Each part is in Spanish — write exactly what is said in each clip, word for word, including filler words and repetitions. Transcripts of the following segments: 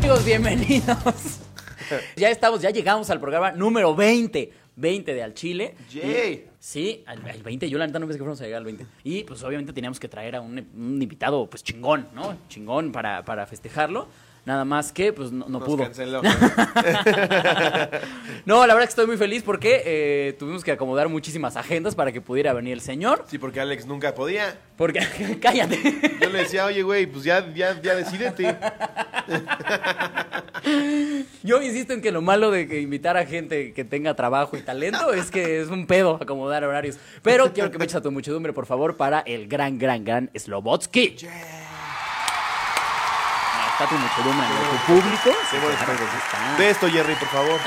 amigos, bienvenidos. Ya estamos, ya llegamos al programa número veinte. veinte de Al Chile. Yay. Sí, al, al veinte. Yo la neta no pensé que fuéramos a llegar al veinte. Y pues obviamente teníamos que traer a un, un invitado pues chingón, ¿no? Chingón para, para festejarlo. Nada más que, pues, no, no Nos pudo. Canceló. No, la verdad que estoy muy feliz porque eh, tuvimos que acomodar muchísimas agendas para que pudiera venir el señor. Sí, porque Alex nunca podía. Porque, cállate. Yo le decía, oye, güey, pues ya, ya, ya decídete. Yo insisto en que lo malo de que invitar a gente que tenga trabajo y talento es que es un pedo acomodar horarios. Pero quiero que me eches a tu muchedumbre, por favor, para el gran, gran, gran Slobodsky. Yeah. Está tu muchedumbre, ¿no? Tu público. Sí, bueno, claro, sí, ahí está. Ve esto, Jerry, por favor.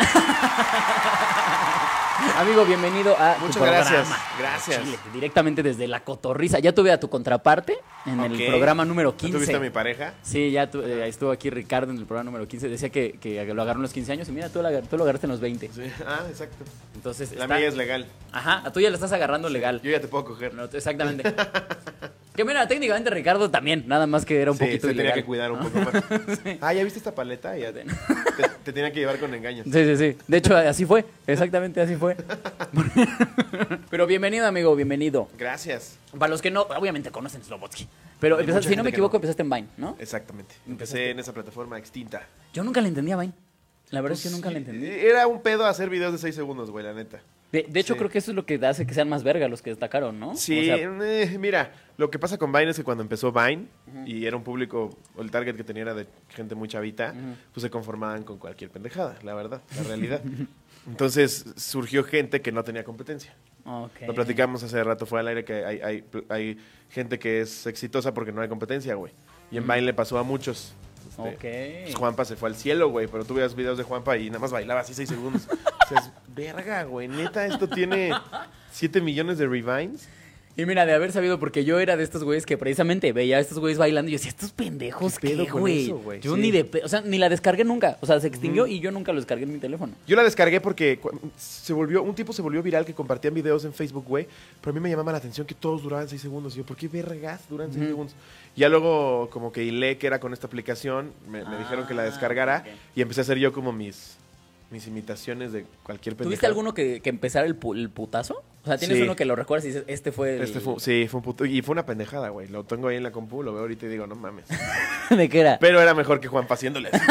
Amigo, bienvenido a Muchas tu gracias. programa. Gracias. Chile, directamente desde La Cotorriza. Ya tuve a tu contraparte en Ok. el programa número ¿Tú quince. ¿Tuviste a mi pareja? Sí, ya tu, eh, estuvo aquí Ricardo en el programa número quince. Decía que, que lo agarró en los quince años y mira, tú lo, agar- tú lo agarraste en los veinte. Sí. Ah, exacto. Entonces, La está- mía es legal. Ajá, a tú ya la estás agarrando legal. Yo ya te puedo coger. No, exactamente. Que mira, técnicamente Ricardo también, nada más que era un Sí, poquito se tenía ilegal. que cuidar un poco más. Ah, ¿ya viste esta paleta? Ya te, te tenía que llevar con engaños. Sí, sí, sí. De hecho, así fue. Exactamente así fue. Pero bienvenido, amigo, bienvenido. Gracias. Para los que no, obviamente conocen Slobodsky. Pero Hay empezaste, mucha si no me gente que equivoco, no. empezaste en Vine, ¿no? Exactamente. Empezaste. Empecé en esa plataforma extinta. Yo nunca le entendía a Vine. La verdad es que yo Pues, nunca le entendí. Era un pedo hacer videos de seis segundos, güey, la neta. De, de hecho, sí. creo que eso es lo que hace que sean más verga los que destacaron, ¿no? Sí, O sea, eh, mira, lo que pasa con Vine es que cuando empezó Vine y era un público, o el target que tenía era de gente muy chavita, Ujú. pues se conformaban con cualquier pendejada, la verdad, la realidad. Entonces surgió gente que no tenía competencia. ok. Lo platicamos hace rato fuera al aire que hay, hay, hay gente que es exitosa porque no hay competencia, güey. Y en Ujú. Vine le pasó a muchos. Este, Ok. pues Juanpa se fue al cielo, güey, pero tú veías videos de Juanpa y nada más bailaba así seis segundos. O sea, es verga, güey, neta, esto tiene siete millones de revines. Y mira, de haber sabido, porque yo era de estos güeyes que precisamente veía a estos güeyes bailando y yo decía, estos pendejos, ¿Qué ¿qué, pedo con güey? eso, güey? Yo Sí. ni de... pe- O sea, ni la descargué nunca. O sea, se extinguió y yo nunca lo descargué en mi teléfono. Yo la descargué porque cu- se volvió, un tipo se volvió viral que compartían videos en Facebook, güey, pero a mí me llamaba la atención que todos duraban seis segundos. Y yo, ¿por qué vergas duran seis Ujú. segundos? Ya luego como que hilé que era con esta aplicación, me, me dijeron que la Ah, descargara ok. y empecé a hacer yo como mis, mis imitaciones de cualquier pendejada. ¿Tuviste alguno que, que empezara el, pu- el putazo? O sea, ¿tienes Sí. uno que lo recuerdas y dices, este fue el... Este fue, sí, fue un puto, y fue una pendejada, güey. Lo tengo ahí en la compu, lo veo ahorita y digo, no mames. ¿De qué era? Pero era mejor que Juanpa haciéndole así.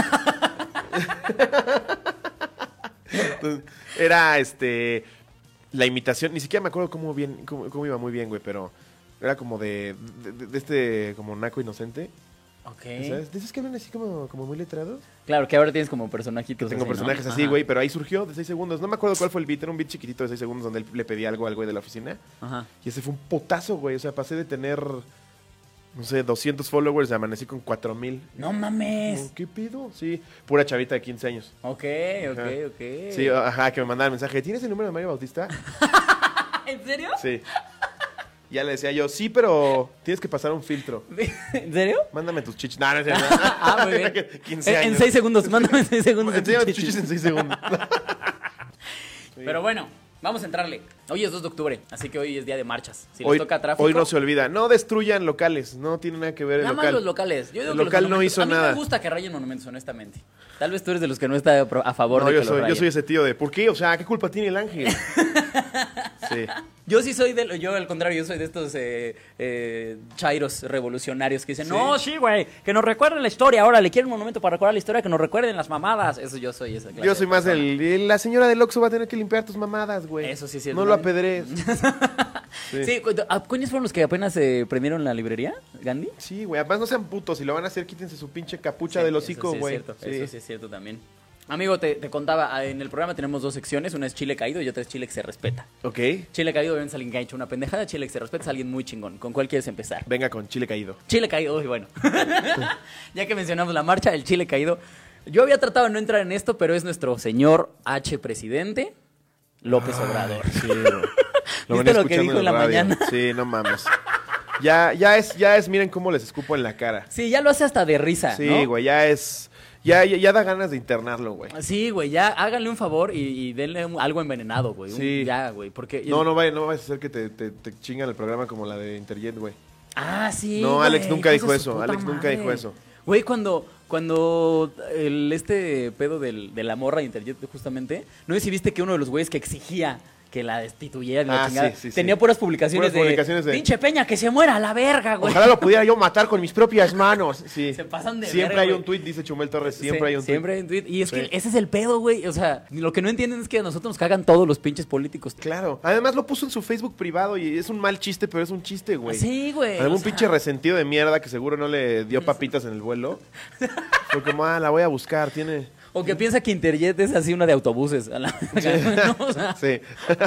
Entonces, era este la imitación, ni siquiera me acuerdo cómo bien, cómo, cómo iba muy bien, güey, pero era como de, de, de este como naco inocente. Ok. ¿Sabes? De esos que hablan así como, como muy letrados. Claro, que ahora tienes como personajitos Tengo así, ¿no? personajes así, Ajá. güey, pero ahí surgió de seis segundos. No me acuerdo cuál fue el beat, era un beat chiquitito de seis segundos donde él le pedía algo al güey de la oficina. Ajá. Y ese fue un potazo, güey. O sea, pasé de tener, no sé, doscientos followers y amanecí con cuatro mil. ¡No mames! ¿Qué pido? Sí, pura chavita de quince años. Ok, ok, Ajá. ok. Sí, ajá, que me mandaba el mensaje. ¿Tienes el número de Mario Bautista? ¿En serio? Sí. Ya le decía yo, sí, pero tienes que pasar un filtro. ¿En serio? Mándame tus chichis. No, no es cierto. Ah, muy bien. quince En, años. en seis segundos, mándame en seis segundos. Enséñame tus tus chichis chichis. en seis segundos. Sí. Pero bueno, vamos a entrarle. Hoy es dos de octubre, así que hoy es día de marchas. Si hoy, les toca tráfico... hoy no se olvida. No destruyan locales. No tiene nada que ver el Nada más local. los locales. Yo digo El que los local no monumentos- hizo a mí nada. me gusta que rayen monumentos, honestamente. Tal vez tú eres de los que no está pro- a favor No, de yo que soy, los yo rayen. soy ese tío de, ¿por qué? O sea, ¿qué culpa tiene el ángel? Sí. Yo sí soy de... Yo, al contrario, yo soy de estos eh, eh, chairos revolucionarios que dicen, ¿Sí? no, sí, güey, que nos recuerden la historia. Ahora le quieren un monumento para recordar la historia, que nos recuerden las mamadas. Eso yo soy esa clase Yo soy de más persona. el, el- La señora del Oxxo va a tener que limpiar tus mamadas, güey. Eso sí es cierto. No lo apedrees. Sí, Sí. cu- ¿a- ¿cuáles fueron los que apenas eh, prendieron la librería, Gandhi? Sí, güey. Además, no sean putos. Si lo van a hacer, quítense su pinche capucha Sí, del eso hocico, sí es güey. cierto, Sí. Eso sí es cierto también. Amigo, te, te contaba, ah, en el programa tenemos dos secciones, una es Chile Caído y otra es Chile que se respeta. Ok. Chile Caído obviamente es alguien que ha hecho una pendejada, Chile que se respeta es alguien muy chingón. ¿Con cuál quieres empezar? Venga con chile caído. Chile Caído, uy, bueno. Ya que mencionamos la marcha, el Chile Caído. Yo había tratado de no entrar en esto, pero es nuestro señor H presidente, López Obrador. Sí, güey. Lo ¿Viste venía lo que escuchando dijo en la radio. mañana? Sí, no mames. Ya, ya es, ya es, miren cómo les escupo en la cara. Sí, ya lo hace hasta de risa, Sí, ¿no? güey, ya es. Ya, ya, ya da ganas de internarlo, güey. Sí, güey, ya háganle un favor y, y denle un- algo envenenado, güey. Un- Sí. Ya, güey, porque... No, no vayas no vayas a hacer que te, te, te chingan el programa como la de Interjet, güey. Ah, sí. No, güey, Alex nunca hijos dijo de su eso, puta Alex nunca madre. dijo eso. Güey, cuando, Cuando el este pedo del, de la morra de Interjet, justamente, no sé si viste que uno de los güeyes que exigía que la destituyeran y la Ah, chingada, sí, sí, sí. tenía puras publicaciones, Puras publicaciones de, de- pinche Peña, que se muera a la verga, güey. Ojalá lo pudiera yo matar con mis propias manos. Sí. Se pasan de Siempre verga, hay güey. un tuit, dice Chumel Torres. Siempre Sí, hay un tuit. Siempre hay un tweet. Y es Sí. que ese es el pedo, güey. O sea, lo que no entienden es que a nosotros nos cagan todos los pinches políticos. Claro. Además lo puso en su Facebook privado y es un mal chiste, pero es un chiste, güey. Sí, güey. Algún o sea, pinche resentido de mierda que seguro no le dio papitas en el vuelo. Fue como, ah, la voy a buscar, tiene... O que piensa que Interjet es así una de autobuses. A la verga, ¿no? O sea, Sí.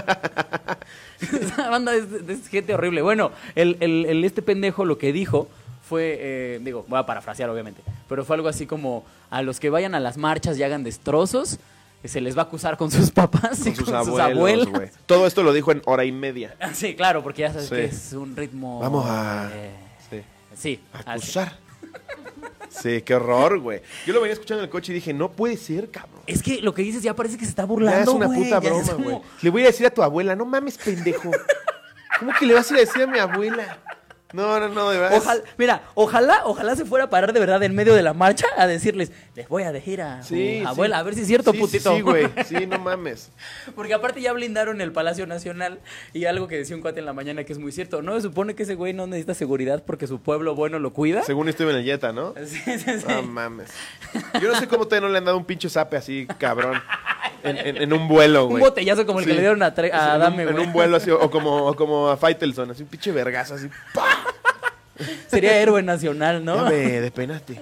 esa banda es, es gente horrible. Bueno, el, el- el- este pendejo lo que dijo fue, eh, digo, voy a parafrasear obviamente, pero fue algo así como, a los que vayan a las marchas y hagan destrozos, se les va a acusar con sus papás y Con sus con sus abuelos, abuelas. güey. Todo esto lo dijo en hora y media. Sí, claro, porque ya sabes Sí. que es un ritmo... Vamos a... eh, Sí. sí, así. Acusar. Sí, qué horror, güey. Yo lo venía escuchando en el coche y dije, no puede ser, cabrón. Es que lo que dices ya parece que se está Ya burlando, es una güey, puta ya es broma, como- güey. Le voy a decir a tu abuela, no mames, pendejo. ¿Cómo que le vas a ir a decir a mi abuela? No, no, no, de verdad. Ojalá, mira, ojalá, ojalá se fuera a parar de verdad en medio de la marcha a decirles, les voy a decir a su Sí, abuela, sí. a ver si es cierto, Sí, putito. Sí, sí, güey. Sí, no mames. Porque aparte ya blindaron el Palacio Nacional y algo que decía un cuate en la mañana que es muy cierto. No se supone que ese güey no necesita seguridad porque su pueblo bueno lo cuida. Según estuve en el Jetta, ¿no? Sí, sí, sí. No mames. Yo no sé cómo todavía no le han dado un pinche zape así, cabrón. En, en- en un vuelo, Un güey. botellazo como el que Sí. le dieron a, Tre- a Sí, en un- Adame, en, güey. un vuelo así, o como, o como a Faitelson, así un pinche vergazo, así. ¡Pah! Sería héroe nacional, ¿no? Ya me despeinaste.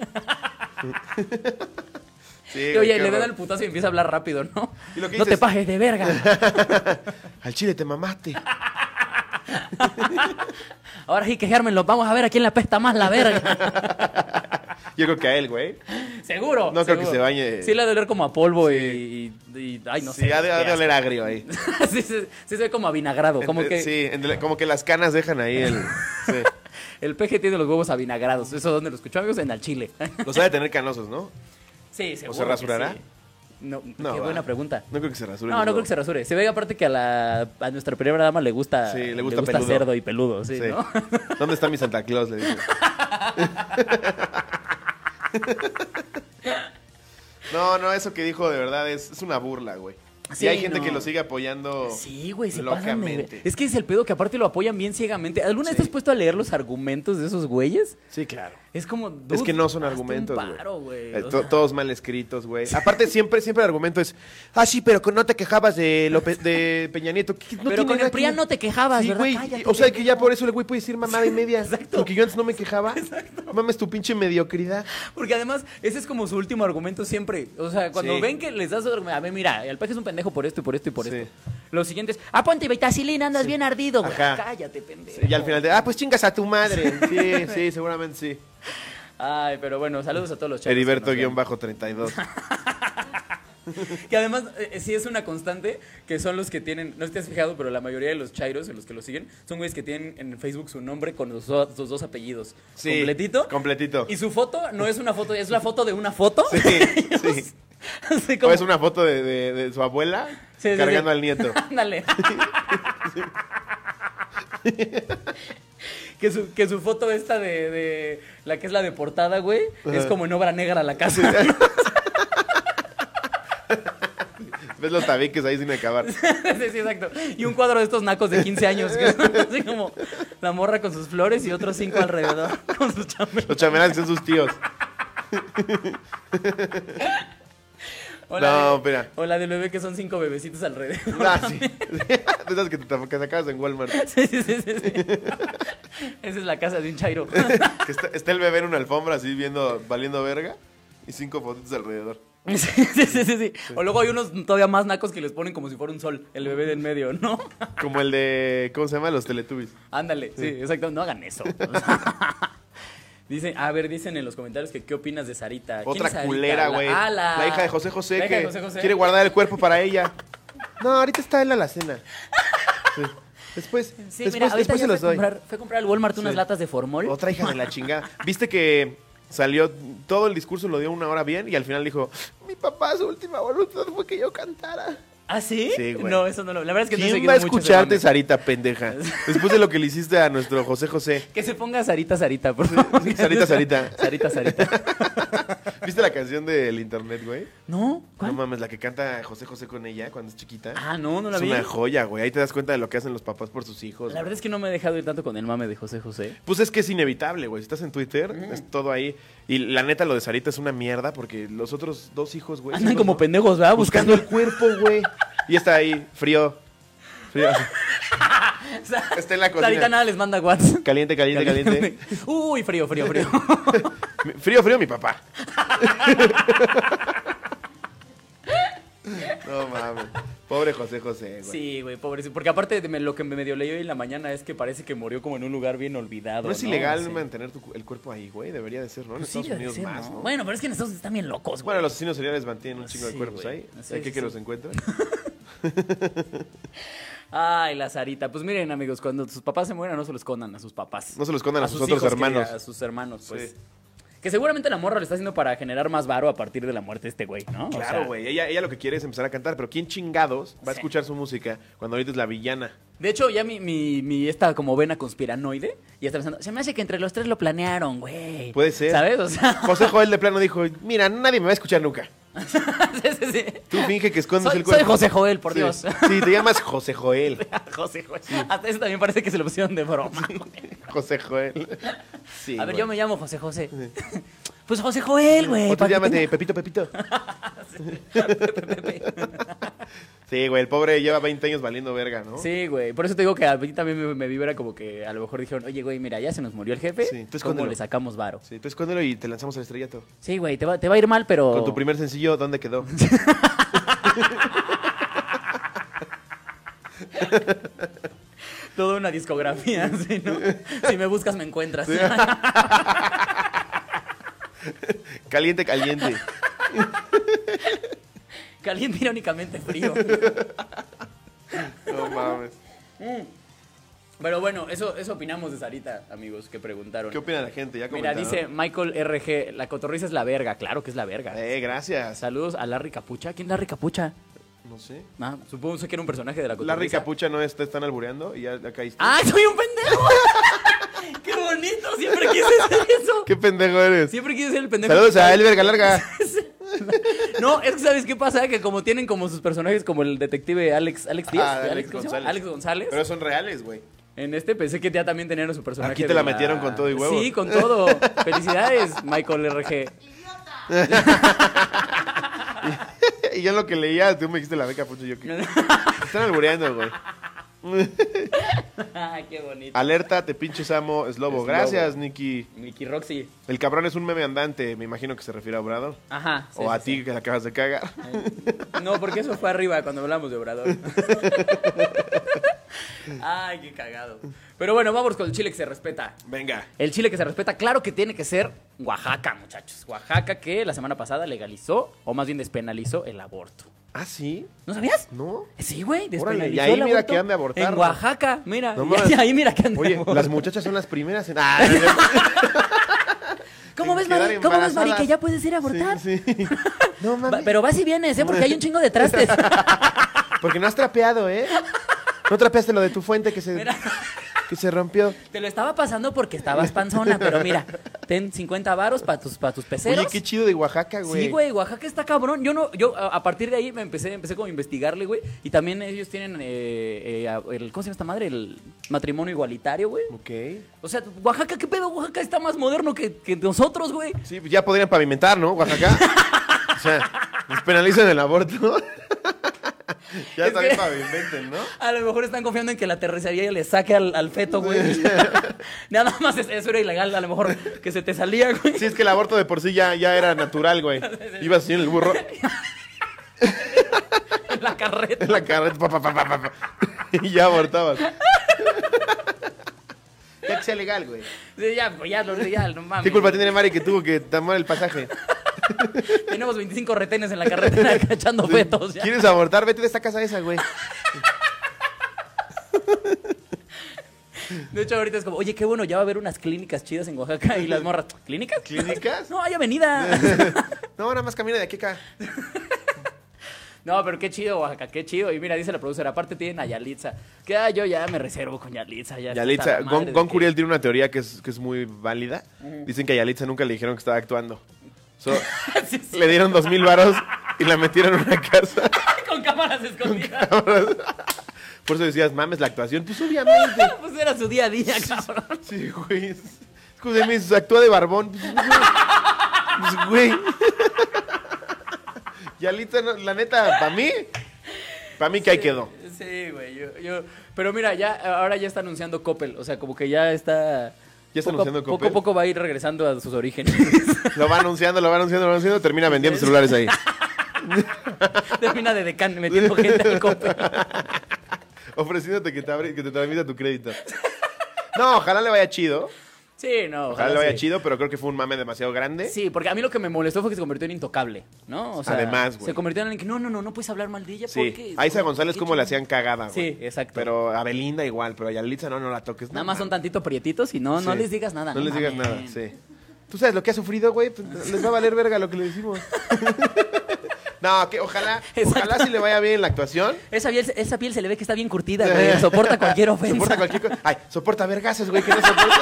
Sí, Y, güey, oye, qué le dan horror. el putazo y empieza a hablar rápido, ¿no? Y lo que No te dices- pajes de verga. Al chile te mamaste. Ahora sí que Germen, vamos a ver a quién le apesta más la verga. Yo creo que a él, güey. Seguro. No creo que seguro. se bañe. Sí le ha de oler como a polvo Sí. y, y- y- Ay, no Sí, sé. ha de, qué ha de asco. oler agrio ahí. sí, sí, sí se ve como avinagrado. Como Entre- que Sí, entre- como que las canas dejan ahí el... Sí. el peje tiene los huevos avinagrados. ¿Eso dónde lo escuchó, amigos? En el chile. Los ha de tener canosos, ¿no? sí, seguro. se rasurará? que sí. No, No, qué va. buena pregunta. No creo que se rasure. No, no creo que se rasure. Se ve aparte que a, la, a nuestra primera dama le gusta, Sí, le gusta peludo. cerdo y peludo, sí, Sí. ¿no? ¿Dónde está mi Santa Claus? Le dice. No, no, eso que dijo de verdad es, es una burla, güey. Sí, y hay gente no. que lo sigue apoyando Sí, güey, se pasan de ver- locamente. Es que es el pedo que aparte lo apoyan bien ciegamente. ¿Alguna vez Sí. te has puesto a leer los argumentos de esos güeyes? Sí, claro. Es como, Es dude, que no son hazte un argumentos, güey. paro, güey. Eh, O to- sea, todos mal escritos, güey. Aparte, siempre, siempre el argumento es, ah, sí, pero no te quejabas de, López, de Peña Nieto. ¿Qué- no pero tiene con nada el que PRIAN ver? no te quejabas, Sí, ¿verdad? güey. Cállate, y- O sea, que ya pendejo. por eso el güey puede decir mamada y media. Exacto. Porque yo antes no me quejaba. Mames tu pinche mediocridad. Porque además, ese es como su último argumento siempre. O sea, cuando Sí. ven que les das otro... A ver, mira, el peje es un pendejo por esto y por esto y por Sí. esto. Los siguientes, ah, ponte vitacilina, andas bien ardido, güey. Ajá. Cállate, pendejo. Y al final de, ah, pues chingas a tu madre. Sí, sí, seguramente sí. Ay, pero bueno, saludos a todos los chavos. que nos ven. Heriberto-treinta y dos. Que además eh, sí es una constante que son los que tienen, no sé si te has fijado, pero la mayoría de los chairos, en los que lo siguen, son güeyes que tienen en Facebook su nombre con los, do- sus dos apellidos. Sí, Completito. completito. Y su foto no es una foto, es la foto de una foto. Sí, sí. Así O como- es una foto de, de- de su abuela Sí, sí, cargando sí. al nieto. Ándale. Que su, que su foto esta de, de la que es la de portada, güey, es Ajá. como en obra negra la casa. Ves los tabiques ahí sin acabar. Sí, sí, exacto. Y un cuadro de estos nacos de quince años, que son así como la morra con sus flores y otros cinco alrededor con sus chamelas. Los chamelas que son sus tíos. O No, la de- espera. O la del bebé que son cinco bebecitos alrededor. Ah, sí. De esas que, te, que sacabas en Walmart. Sí, sí, sí, sí, sí. Esa es la casa de un chairo. Que está, está el bebé en una alfombra así viendo, valiendo verga. Y cinco fotitos alrededor. Sí, sí, sí, sí, sí. O luego hay unos todavía más nacos que les ponen como si fuera un sol, el bebé de en medio, ¿no? Como el de, ¿cómo se llama? Los Teletubbies. Ándale, sí, exacto. No hagan eso. Dicen, a ver, dicen en los comentarios que qué opinas de Sarita. ¿Quién Otra es Sarita? culera, La- güey. ah, la... La hija de José José La hija que de José José. quiere guardar el cuerpo para ella. No, ahorita está él a la cena. Sí. Después, Sí, después, mira, ahorita después ya se los fue, a doy. comprar, fue a comprar al Walmart unas Sí. latas de formol. Otra hija de la chingada. Viste que salió, todo el discurso lo dio una hora bien y al final dijo, mi papá su última voluntad fue que yo cantara. ¿Ah, sí? Sí, güey. No, eso no lo... La verdad es que no he ¿Quién seguido va a mucho ese escucharte, mame. Sarita, pendeja? Después de lo que le hiciste a nuestro José José. Que se ponga Sarita, Sarita, por favor. Sarita, Sarita. Sarita, Sarita. ¿Viste la canción del internet, güey? No, ¿cuál? No mames, la que canta José José con ella cuando es chiquita. Ah, no, no la es vi. una joya, güey. Ahí te das cuenta de lo que hacen los papás por sus hijos. La verdad es que no me he dejado ir tanto con el mame de José José. Pues es que es inevitable, güey. Si estás en Twitter, mm. es todo ahí. Y la neta, lo de Sarita es una mierda porque los otros dos hijos, güey... Andan los, como ¿no? pendejos, ¿verdad? Buscando el cuerpo, güey. Y está ahí, frío. Frío. O sea, está en la cocina. Sarita nada les manda WhatsApp. Caliente, caliente, caliente. Uy, frío, frío, frío. Frío, frío, mi papá. No mames. Pobre José José, güey. Sí, güey, pobre. Porque aparte de me, lo que me medio leí hoy en la mañana es que parece que murió como en un lugar bien olvidado. No es ¿no? ilegal Sí. mantener tu, el cuerpo ahí, güey. Debería de ser, ¿no? En Pues Estados sí, Unidos ser, más, ¿no? ¿no? Bueno, pero es que en Estados Unidos están bien locos, güey. Bueno, los asesinos seriales mantienen un chingo Sí, de cuerpos güey. ahí. Sí, Hay que sí, que sí. los encuentren. Ay, la Sarita. Pues miren, amigos, cuando sus papás se mueran, no se los escondan a sus papás. No se los escondan a, a sus, sus otros hijos, que hermanos. diga, a sus hermanos, pues. Sí. Que seguramente la morra lo está haciendo para generar más varo a partir de la muerte de este güey, ¿no? Claro, güey. Ella, ella lo que quiere es empezar a cantar, pero ¿quién chingados va a Sí. escuchar su música cuando ahorita es la villana? De hecho, ya mi, mi, mi esta como vena conspiranoide, ya está pensando, se me hace que entre los tres lo planearon, güey. Puede ser. ¿Sabes? O sea, José Joel de plano dijo, mira, nadie me va a escuchar nunca. sí, sí, sí. Tú finge que escondes Soy, el cuerpo. soy José Joel, por Sí. Dios. Sí, te llamas José Joel. José Joel. Hasta eso también parece que se lo pusieron de broma. güey. José Joel. Sí, A ver, güey. yo me llamo José José. Pues José Joel, güey. O tú para que llámate tenga- Pepito Pepito. Sí, güey, el pobre lleva veinte años valiendo verga, ¿no? Sí, güey. Por eso te digo que a mí también me, me vibra como que a lo mejor dijeron, oye, güey, mira, ya se nos murió el jefe. Sí, tú ¿Cómo escóndelo. le sacamos varo? Sí, tú escóndelo y te lanzamos al estrellato. Sí, güey, te va, te va a ir mal, pero... Con tu primer sencillo, ¿dónde quedó? Toda una discografía, ¿sí, no? Si me buscas, me encuentras. Caliente, caliente. Caliente, irónicamente frío. No mames. Pero bueno, eso, eso opinamos de Sarita, amigos, que preguntaron. ¿Qué opina la gente? Ya Mira, comentaron. dice Michael R G, la cotorriza es la verga. Claro que es la verga. Eh, gracias. Saludos a Larry Capucha. ¿Quién es Larry Capucha? No sé. Ah, supongo que era un personaje de la cotorriza. Larry Capucha no está, están albureando y ya, ya caíste. ¡Ah, soy un pendejo! ¡Qué bonito! Siempre quise hacer eso. ¿Qué pendejo eres? Siempre quise ser el pendejo. Saludos a Elber Galarga. No, es que ¿sabes qué pasa? Que como tienen como sus personajes como el detective Alex, Alex Díaz. Ah, Alex ¿cómo se llama? González. Alex González. Pero son reales, güey. En este pensé que ya también tenían su personaje. Aquí te de la metieron con todo y huevos. Sí, con todo. Felicidades, Michael R G. Y yo en lo que leía, tú me dijiste la beca, pucho, yo que... Están albureando, güey. Ay, qué bonito. Alerta, te pinches amo, es lobo. Es Gracias, lobo. Nicky. Mickey Roxy. El cabrón es un meme andante, me imagino que se refiere a Obrador. Ajá. sí, o a sí, ti sí. que la acabas de cagar. No, porque eso fue arriba cuando hablamos de Obrador. Ay, qué cagado. Pero bueno, vamos con el chile que se respeta. Venga. El chile que se respeta, claro que tiene que ser Oaxaca, muchachos. Oaxaca que la semana pasada legalizó, o más bien despenalizó, el aborto. ¿Ah, sí? ¿No sabías? ¿No? Sí, güey, despenalizó Órale, y ahí el mira aborto que han de abortar, en ¿no? Oaxaca, mira. No y mames. ahí mira que han de Oye, abortar. las muchachas son las primeras en... Ah, ¿Cómo en ves, quedar Mari? ¿Cómo ves, Mari, embarazadas. que ya puedes ir a abortar? Sí, sí. No Va- mames. pero vas y vienes, ¿eh? Porque hay un chingo de trastes. Porque no has trapeado, ¿eh? No trapeaste lo de tu fuente que se, Mira. que se rompió. Te lo estaba pasando porque estabas panzona, pero mira, ten cincuenta varos para tus, pa' tus peceros. Oye, qué chido de Oaxaca, güey. Sí, güey, Oaxaca está cabrón. Yo no, yo a a partir de ahí me empecé, empecé como a investigarle, güey. Y también ellos tienen eh, eh, el, ¿cómo se llama esta madre? El matrimonio igualitario, güey. Ok. O sea, Oaxaca, ¿qué pedo? Oaxaca está más moderno que, que nosotros, güey. Sí, pues ya podrían pavimentar, ¿no? Oaxaca. O sea, les penalizan el aborto. Ya Es también que- pavimenten, ¿no? A lo mejor están confiando en que la terracería le saque al, al feto, güey. Nada más es- eso era ilegal, a lo mejor que se te salía, güey. Sí, es que el aborto de por sí ya, ya era natural, güey. Ibas así en el burro, En la carreta. en la carreta, pa, pa, pa, pa, pa, pa, y ya abortabas. Ya que sea legal, güey. Sí, ya, pues ya, lo- ya, no mames. ¿Qué culpa tiene Mari que tuvo que tomar el pasaje? Tenemos veinticinco retenes en la carretera cachando fetos. Ya. ¿Quieres abortar? Vete de esta casa esa, güey. De hecho, ahorita es como, oye, qué bueno, ya va a haber unas clínicas chidas en Oaxaca y las morras. ¿Clínicas? ¿Clínicas? No, hay avenida. No, nada más camina de aquí a acá. No, pero qué chido, Oaxaca, qué chido. Y mira, dice la productora, aparte tienen a Yalitza. Que ah, yo ya me reservo con Yalitza. Ya Yalitza, está la madre Gon, de Gon que- Curiel tiene una teoría que es, que es muy válida. Dicen que a Yalitza nunca le dijeron que estaba actuando. O So, Sí, sí. le dieron dos mil varos y la metieron en una casa. Con cámaras escondidas. Por eso decías, mames, la actuación. Pues obviamente. Pues era su día a día, cabrón. Sí, güey. Escúchame, actúa de barbón. Pues, güey. Yalitza, no, la neta, para mí, para mí que ahí quedó. Sí, güey. Yo, yo, pero mira, ya ahora ya está anunciando Coppel. O sea, como que ya está. ¿Ya está poco, anunciando Poco Coppel? a poco va a ir regresando a sus orígenes. Lo va anunciando, lo va anunciando, lo va anunciando, termina vendiendo celulares ahí. Termina de decán metiendo gente al Coppel. Ofreciéndote que te, abre, que te tramita tu crédito. No, ojalá le vaya chido. Sí, no. Ojalá le vaya sí. chido, pero creo que fue un mame demasiado grande. Sí, porque a mí lo que me molestó fue que se convirtió en intocable, ¿no? O sea, Además, güey. se convirtió en alguien que no, no, no, no puedes hablar mal de ella Sí, porque... a Isa González qué como le chingón. hacían cagada, güey. Sí, exacto. Pero a Belinda igual, pero a Yalitza no, no la toques. Nada no, más son mames. tantito prietitos y no, no Sí. les digas nada. No, les digas mames. nada, sí. ¿Tú sabes lo que ha sufrido, güey? Pues, les va a valer verga lo que le decimos. No, que ojalá, Exacto. ojalá sí le vaya bien la actuación. Esa piel, esa piel se le ve que está bien curtida, güey. Soporta cualquier ofensa. Soporta cualquier cosa. Ay, soporta vergazos, güey, que no soporta.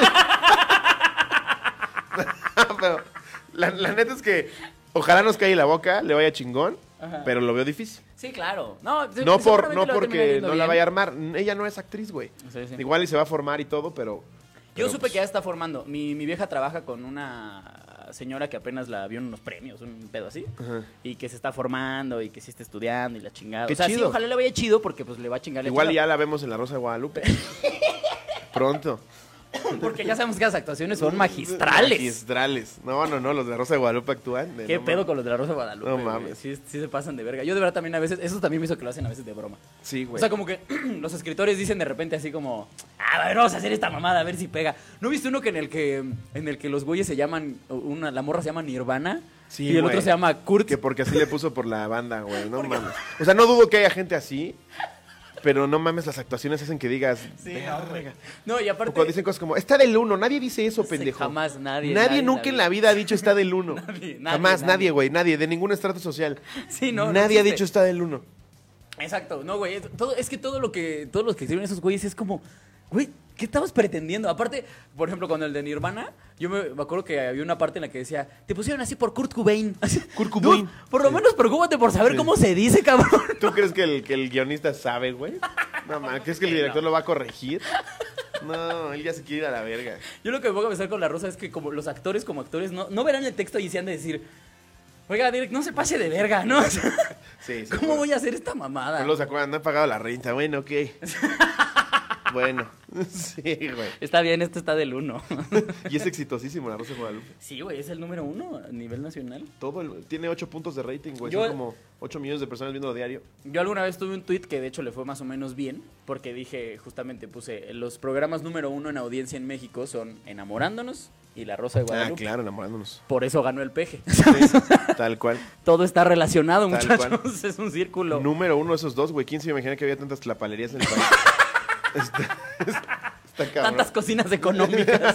Pero la, la neta es que ojalá nos caiga la boca, le vaya chingón, Ajá. pero lo veo difícil. Sí, claro. No, No por seguramente no lo va a terminar porque yendo no la bien. vaya a armar. Ella no es actriz, güey. Sí, sí. Igual y se va a formar y todo, pero... Yo pero, supe pues, que ya está formando. Mi, mi vieja trabaja con una señora que apenas la vio en unos premios, un pedo así. Ajá. Y que se está formando y que sí está estudiando y la chingada. Qué o sea, sí, chido. ojalá le vaya chido porque pues le va a chingar la Igual chingada. ya la vemos en La Rosa de Guadalupe. Pronto. Porque ya sabemos que las actuaciones son magistrales. Magistrales. No, no, no, los de La Rosa de Guadalupe actúan. de ¿Qué no pedo mames. con los de la Rosa de Guadalupe? No güey? mames. Sí, sí se pasan de verga. Yo de verdad también a veces, eso también me hizo que lo hacen a veces de broma. Sí, güey. O sea, como que los escritores dicen de repente así como, ah, a ver, vamos a hacer esta mamada, a ver si pega. ¿No viste uno que en el que en el que los güeyes se llaman, una, la morra se llama Nirvana? Sí, y el güey. otro se llama Kurt. Que porque así le puso por la banda, güey. No mames. O sea, no dudo que haya gente así, pero no mames, las actuaciones hacen que digas... Sí, "Verga". no, güey. No, y O aparte... cuando dicen cosas como, está del uno. Nadie dice eso, Sí, pendejo. jamás, nadie, Nadie nadie nunca en en la la vida ha dicho está del uno. Nadie, nadie, Jamás, nadie. nadie, güey. Nadie, de ningún estrato social. Sí, no, no Nadie ha existe. dicho está del uno. Exacto, no, güey. Es, todo, es que todo lo que todos los que escriben esos güeyes es como, güey, ¿qué estabas pretendiendo? Aparte, por ejemplo, con el de Nirvana, yo me, me acuerdo que había una parte en la que decía, te pusieron así por Kurt Cobain. Kurt Cobain. Dude, por lo Sí. menos preocúpate por saber Sí. cómo se dice, cabrón. ¿Tú crees que el, que el guionista sabe, güey? No, man, ¿crees que el director lo va a corregir? No, él ya se quiere ir a la verga. Yo lo que me pongo a pensar con La Rosa es que como los actores como actores no, no verán el texto y se han de decir, oiga, Dirk, no se pase de verga, ¿no? O sea, Sí, sí. ¿cómo güey. voy a hacer esta mamada? No los acuerdan, no he pagado la renta. Bueno, ok. Bueno, sí, güey. Está bien, esto está del uno. Y es exitosísimo La Rosa de Guadalupe. Sí, güey, es el número uno a nivel nacional. Todo el- tiene ocho puntos de rating, güey. Yo- Son como ocho millones de personas viendo diario. Yo alguna vez tuve un tweet que de hecho le fue más o menos bien, porque dije, justamente puse, los programas número uno en audiencia en México son Enamorándonos y La Rosa de Ah, Guadalupe. claro, enamorándonos. Por eso ganó el peje. Sí, tal cual. Todo está relacionado, Tal muchachos. cual. Es un círculo. Número uno de esos dos, güey. ¿Quién se imagina que había tantas tlapalerías en el país? está, está cabrón. Tantas cocinas económicas.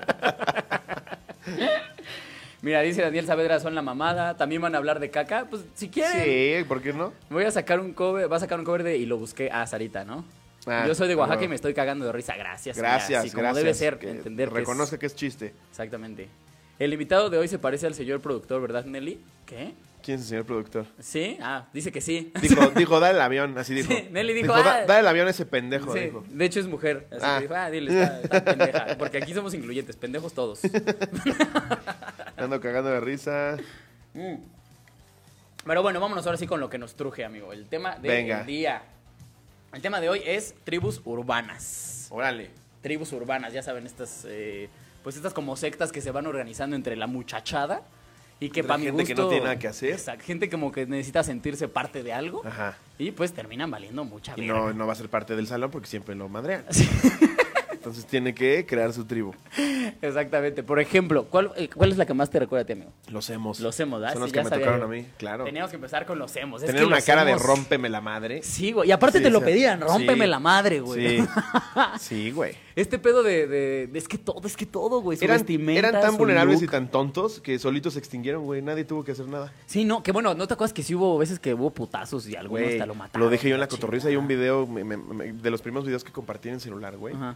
Mira, dice Daniel Saavedra, son la mamada. También van a hablar de caca. Pues si quieren. Sí, ¿por qué no? Voy a sacar un cover, va a sacar un cover de y lo busqué a Sarita, ¿no? Ah, Yo soy de Oaxaca bueno. y me estoy cagando de risa. Gracias. Gracias, señora. Así como gracias. debe ser, Que entender que es- reconozca que es chiste. Exactamente. El invitado de hoy se parece al señor productor, ¿verdad, Nelly? ¿Qué? ¿Quién es el señor productor? ¿Sí? Ah, dice que sí. Dijo, dijo, dale el avión, así dijo. Sí, Nelly dijo, "Da- ah". dale el avión a ese pendejo, Sí, dijo. de hecho es mujer. Así Ah. que dijo, ah, dile, está, está pendeja. Porque aquí somos incluyentes, pendejos todos. Ando cagando de risa. Mm. Pero bueno, vámonos ahora sí con lo que nos truje, amigo. El tema del Venga. día. El tema de hoy es tribus urbanas. Órale. Tribus urbanas, ya saben, estas, eh, pues estas como sectas que se van organizando entre la muchachada y que Entre para mi gente gusto... que no tiene nada que hacer. Exacto, gente como que necesita sentirse parte de algo Ajá. y pues terminan valiendo mucha Y verga. no, no va a ser parte del salón porque siempre lo madrean. Sí. Entonces tiene que crear su tribu. Exactamente. Por ejemplo, ¿cuál, eh, ¿cuál es la que más te recuerda a ti, amigo? Los hemos. Los emos, ¿verdad? Son los Sí, que ya me sabía tocaron yo. a mí, claro. Teníamos que empezar con los emos. Es Tener que una los cara de emos- rómpeme la madre. Sí, güey. Y aparte Sí, te lo sí. pedían, rómpeme Sí. la madre, güey. Sí. Sí, güey. Este pedo de, de, de- Es que todo, es que todo, güey. Su Eran, vestimenta, eran tan su vulnerables look. y tan tontos que solitos se extinguieron, güey. Nadie tuvo que hacer nada. Sí, no, que bueno, ¿no te acuerdas que sí hubo veces que hubo putazos y algunos Güey, hasta lo mataron? lo dejé yo en la chingada. cotorriza. Hay un video me- me- me- de los primeros videos que compartí en el celular, güey. Ajá.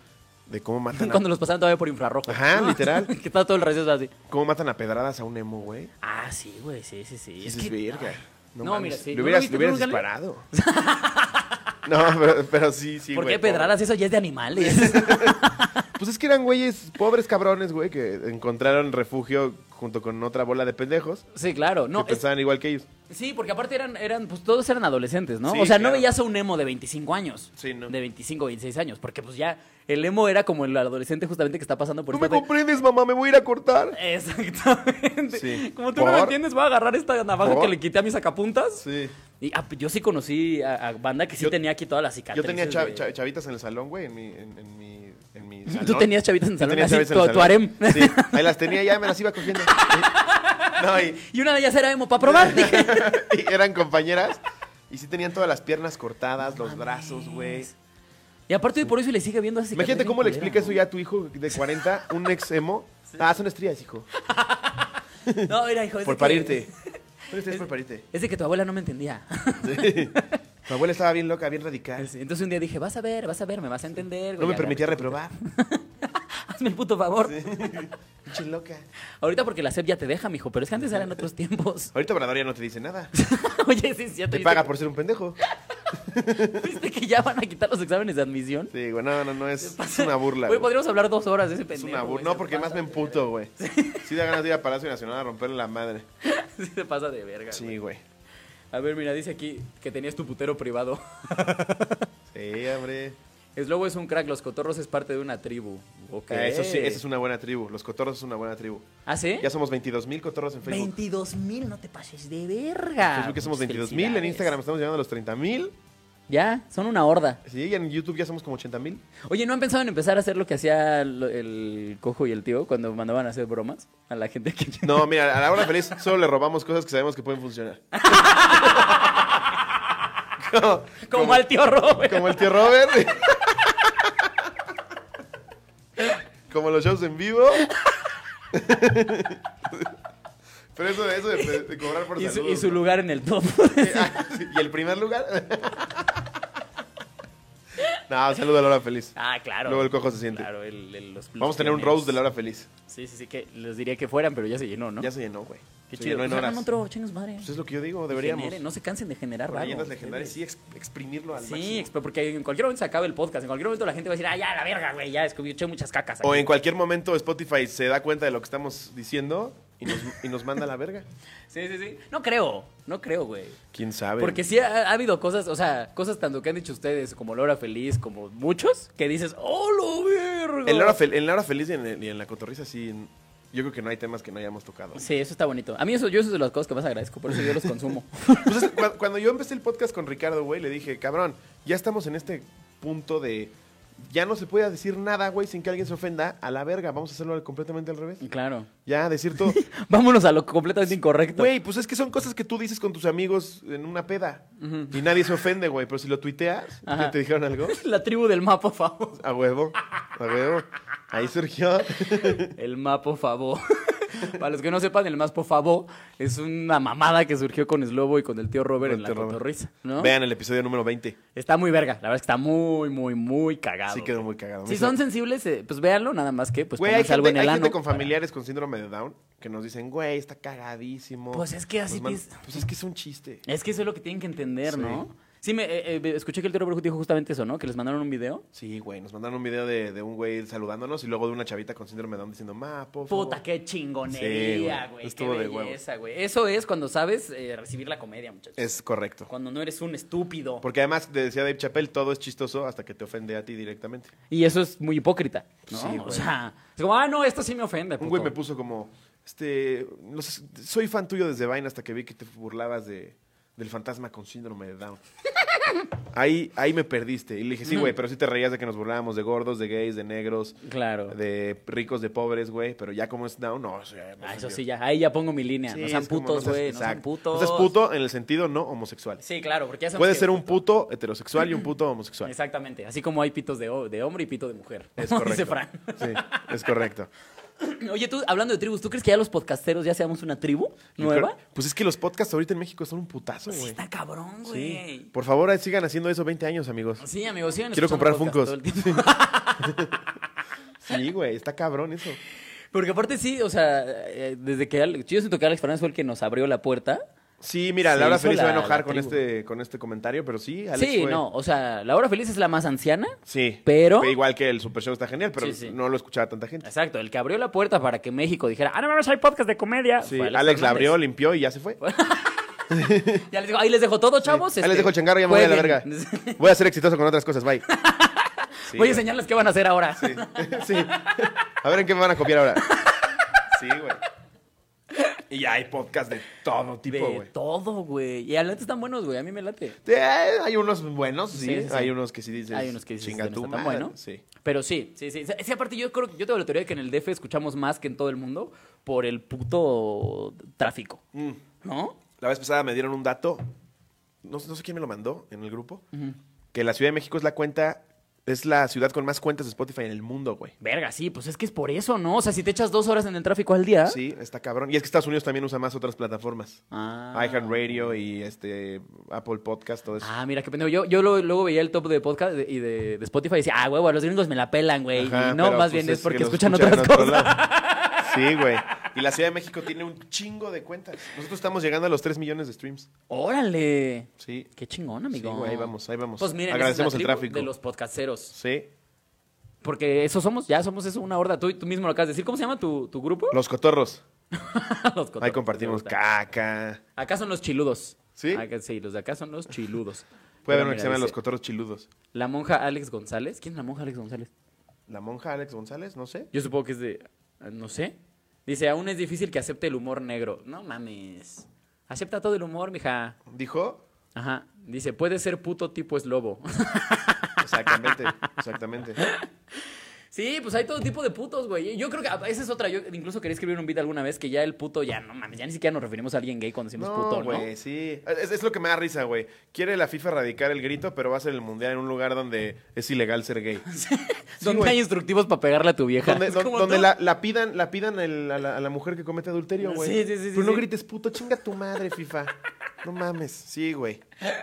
de cómo matan a... Cuando los pasaban todavía por infrarrojo. Ajá, literal. Que estaba todo el receso así. Cómo matan a pedradas a un emo, güey. Ah, sí, güey, sí, sí, sí. Es que... verga. Ay. No, No, mames, mira, sí. Le ¿No hubieras, lo viste, le hubieras tú, Gonzalo? disparado. No, pero, pero sí, sí, ¿Por güey, qué pedradas? Eso ya es de animales. Pues es que eran güeyes, pobres cabrones, güey, que encontraron refugio junto con otra bola de pendejos Sí, claro. No, que es- pensaban igual que ellos. sí, porque aparte eran, eran, pues todos eran adolescentes, ¿no? Sí, o sea, no claro. veías a un emo de veinticinco años. Sí, no. De veinticinco, veintiséis años. Porque pues ya el emo era como el adolescente justamente que está pasando por No me esta... comprendes, mamá, me voy a ir a cortar. Exactamente. Sí. Como tú no me ¿Por? entiendes, voy a agarrar esta navaja ¿Por? que le quité a mis sacapuntas. Sí. Y ah, yo sí conocí a, a banda que sí Yo- tenía aquí todas las Yo cicatrices. tenía cha- de- cha- chavitas en el salón, güey, en mi, en, en mi, en mi salón. Tú tenías chavitas en el Yo salón, tenía así, chavitas en tu, el tu salón. harem. Sí, ahí las tenía, ya me las iba cogiendo. Sí. No, y, Y una de ellas era emo para probar. Dije. y eran compañeras y sí tenían todas las piernas cortadas, los brazos, güey. Y aparte de por eso le sigue viendo así. Imagínate cómo le explica eso ya a tu hijo de cuarenta, un ex emo. Ah, son estrías, hijo. No, mira, hijo. es Por de parirte. que- Son estrías por parirte. Es de que tu abuela no me entendía. Sí. Tu abuela estaba bien loca, bien radical. Sí, entonces un día dije, vas a ver, vas a ver, me vas a entender. No güey, me a permitía ver, reprobar. Hazme el puto favor. Pinche loca. Ahorita porque la S E P ya te deja, mijo, pero es que antes eran otros tiempos. Ahorita Obrador ya no te dice nada. Oye, sí, sí, ya te Te paga por ser un pendejo. ¿Viste que ya van a quitar los exámenes de admisión? Sí, güey, no, no, no, es, es una burla. Güey, güey. podríamos hablar dos horas de ese Es pendejo. una burla. güey, No, se porque más pasa me de emputo, güey. Sí da ganas de ir a Palacio Nacional a romperle la madre. verga. Sí se pasa de verga, güey. Sí, güey. A ver, mira, dice aquí que tenías tu putero privado. Sí, hombre. Slobo es un crack, los cotorros es parte de una tribu. Ok. Ah, eso sí, esa es una buena tribu. Los cotorros es una buena tribu. ¿Ah, sí? Ya somos veintidós mil cotorros en Facebook. veintidós mil, no te pases de En verga. Facebook ya somos Pues, veintidós mil. En felicidades. Instagram estamos llegando a los treinta mil. Ya, son una horda. Sí, y en YouTube ya somos como ochenta mil. Oye, ¿no han pensado en empezar a hacer lo que hacía lo- el cojo y el tío cuando mandaban a hacer bromas a la gente que... No, mira, a la hora feliz solo le robamos cosas que sabemos que pueden funcionar. como, Como al tío Robert. como el tío Robert. Como los shows en vivo. Pero eso, eso de, de cobrar por Y su, saludos. y su ¿no? lugar en el top. Ah, sí, ¿y el primer lugar? No, saludo a la hora feliz. Ah, claro. Luego el cojo se siente. Claro, el, el- los, Vamos los a tener un pioneros. roast de la hora feliz. Sí, sí, sí, que les diría que fueran, pero ya se llenó, ¿no? Ya se llenó, güey. Qué Se chido. llenó en Pues hagan horas. otro, chingas madre. Pues es lo que yo digo, deberíamos. Generen, no se cansen de generar Con varo. leyendas legendarias, sí, ex- exprimirlo al Sí, máximo. exp- porque en cualquier momento se acabe el podcast. En cualquier momento la gente va a decir, ah, ya, la verga, güey, ya, es que eché muchas cacas aquí. O en cualquier momento Spotify se da cuenta de lo que estamos diciendo y nos, y nos manda a la verga. Sí, sí, sí. No creo, no creo, güey. ¿Quién sabe? Porque sí ha, ha habido cosas, o sea, cosas tanto que han dicho ustedes como La Hora Feliz, como muchos, que dices, ¡oh, lo verga! En la hora, fel- en la hora feliz y en, y en la cotorriza sí, yo creo que no hay temas que no hayamos tocado. Sí, eso está bonito. A mí eso, yo eso es de las cosas que más agradezco, por eso yo los consumo. Pues es- cu- cuando yo empecé el podcast con Ricardo, güey, le dije, cabrón, ya estamos en este punto de... Ya no se puede decir nada, güey, sin que alguien se ofenda. A la verga, vamos a hacerlo completamente al revés. Claro. Ya, decir todo... Vámonos a lo completamente incorrecto. Güey, pues es que son cosas que tú dices con tus amigos en una peda. Y nadie se ofende, güey. Pero si lo tuiteas, Ajá. ¿ya te dijeron algo? La tribu del Mapo Favo. A huevo, a huevo. Ahí surgió. El Mapo Favo. Para los que no sepan, el Mapo Favo es una mamada que surgió con Slobo y con el tío Robert Con en el la tío Robert. cotorriza, ¿no? Vean el episodio número veinte. Está muy verga, la verdad es que está muy, muy, muy cagado. Sí quedó muy cagado. Si Me son hizo- sensibles, eh, pues véanlo, nada más que, pues Güey, hay pónganse algo gente, en el hay gente ano. con familiares con síndrome de Down que nos dicen, güey, está cagadísimo. Pues es que así Nos man- tienes- Pues es que es un chiste. Es que eso es lo que tienen que entender, Sí. ¿no? Sí, me, eh, eh, escuché que el tío Robert dijo justamente eso, ¿no? Que les mandaron un video. Sí, güey, nos mandaron un video de, de un güey saludándonos y luego de una chavita con síndrome de Down diciendo, ma, por favor". Puta, qué Sí, chingonería, güey. güey. Qué Estuvo de huevos. belleza, güey. Eso es cuando sabes eh, recibir la comedia, muchachos. Es correcto. Cuando no eres un estúpido. Porque además, te decía Dave Chappelle, todo es chistoso hasta que te ofende a ti directamente. Y eso es muy hipócrita, ¿no? Sí, o güey. sea, es como, ah, no, esto sí me ofende. Un puto. güey me puso como, este, no sé, soy fan tuyo desde Vine hasta que vi que te burlabas de, del fantasma con síndrome de Down. Ahí, ahí me perdiste. Y le dije, sí, güey, pero sí te reías de que nos burlábamos de gordos, de gays, de negros, Claro. de ricos, de pobres, güey. Pero ya como es Down, no, eso ya me Ah, eso ofendió. sí, ya. Ahí ya pongo mi línea. Sí, no sean es como, putos, seas- güey. No, sean exacto. putos. No seas puto en el sentido no homosexual. Sí, claro, porque ya sabemos Puedes que- ser un puto heterosexual y un puto homosexual. Exactamente. Así como hay pitos de, ho- de hombre y pito de mujer. Es Como correcto. dice Fran. Sí, es correcto. Oye, tú, hablando de tribus, ¿tú crees que ya los podcasteros ya seamos una tribu Yo nueva? creo- Pues es que los podcasts ahorita en México son un putazo, Sí, güey. está cabrón, Sí. güey. Por favor, sigan haciendo eso veinte años, amigos. Sí, amigos, sigan Quiero escuchando comprar podcast Funkos. todo el tiempo. Sí, güey, está cabrón eso. Porque aparte sí, o sea, eh, desde que Alex, yo siento que Alex Fernández fue el que nos abrió la puerta. Sí, mira, Se Laura hizo Feliz se va a la- enojar la con tribu. este, con este comentario, pero sí, Alex Sí, fue- no, o sea, la hora feliz es la más anciana. Sí, Pero- fue igual que el Super Show está genial, pero Sí, sí. no lo escuchaba tanta gente. Exacto, el que abrió la puerta para que México dijera, ah, no mames, hay podcast de comedia. Sí, fue Alex, la Fernández. abrió, limpió y ya se fue. Ya les digo, ahí les dejo todo, chavos. Ahí este, les dejo el changarro, ya me voy a la verga. jueguen. Voy a ser exitoso con otras cosas, bye. Sí, Voy a güey. enseñarles qué van a hacer ahora. Sí. Sí. A ver en qué me van a copiar ahora. Sí, güey. Y ya hay podcast de todo tipo, De güey. todo, güey. Y adelante están buenos, güey. A mí me late. Eh, Hay unos buenos, sí. Sí, sí, sí. Hay unos que sí dices. Hay unos que dices, chinga "Este no tu está tan madre". bueno. Sí. Pero sí, sí, sí. Sí, aparte yo creo, yo tengo la teoría de que en el D F escuchamos más que en todo el mundo por el puto tráfico, Mm. ¿no? La vez pasada me dieron un dato, no, sé- no sé quién me lo mandó en el grupo, que la Ciudad de México es la cuenta, es la ciudad con más cuentas de Spotify en el mundo, güey. Verga, sí, pues es que es por eso, ¿no? O sea, si te echas dos horas en el tráfico al día. Sí, está cabrón. Y es que Estados Unidos también usa más otras plataformas. Ah. iHeartRadio y este Apple Podcast, todo eso. Ah, mira, qué pendejo. Yo, yo lo- luego veía el top de podcast de- y de, de Spotify y decía, ah, huevo, a los gringos me la pelan, güey. Ajá, Y no, pero, más pues, bien es que porque lo escuchan escuchan otras en otro cosas. lado. Sí, güey. Y la Ciudad de México tiene un chingo de cuentas. Nosotros estamos llegando a los tres millones de streams. Órale. Sí. Qué chingón, Sí, amigo. güey, ahí vamos, ahí vamos. Pues miren, agradecemos esa es el la tribu tráfico. de los podcasteros. Sí. Porque eso somos, ya somos eso, una horda. Tú, tú mismo lo acabas de decir. ¿Cómo se llama tu, tu grupo? Los cotorros. Los cotorros, Ahí compartimos me gusta. caca. Acá son los chiludos. ¿Sí? Acá, sí, los de acá son los chiludos. Puede Pero haber uno que mira, se llama dice, Los Cotorros Chiludos. La monja Alex González. ¿Quién es la monja Alex González? La monja Alex González, no sé. Yo supongo que es de... No sé. Dice, aún es difícil que acepte el humor negro. No mames. Acepta todo el humor, mija. ¿Dijo? Ajá. Dice, puede ser puto tipo es lobo. Exactamente, exactamente. Sí, pues hay todo tipo de putos, güey. Yo creo que ah, esa es otra. Yo incluso quería escribir un beat alguna vez que ya el puto, ya no mames, ya ni siquiera nos referimos a alguien gay cuando decimos puto, No, ¿no? güey, sí. Es, es lo que me da risa, güey. Quiere la FIFA erradicar el grito, pero va a ser el mundial en un lugar donde es ilegal ser gay. Donde güey. hay instructivos para pegarle a tu vieja. Donde, Es don- como, donde no. la, la pidan, la pidan el- a, la, a la mujer que comete adulterio, güey. Sí, sí, sí, Pero sí, no sí. grites puto, chinga tu madre, FIFA. No mames. Sí, güey.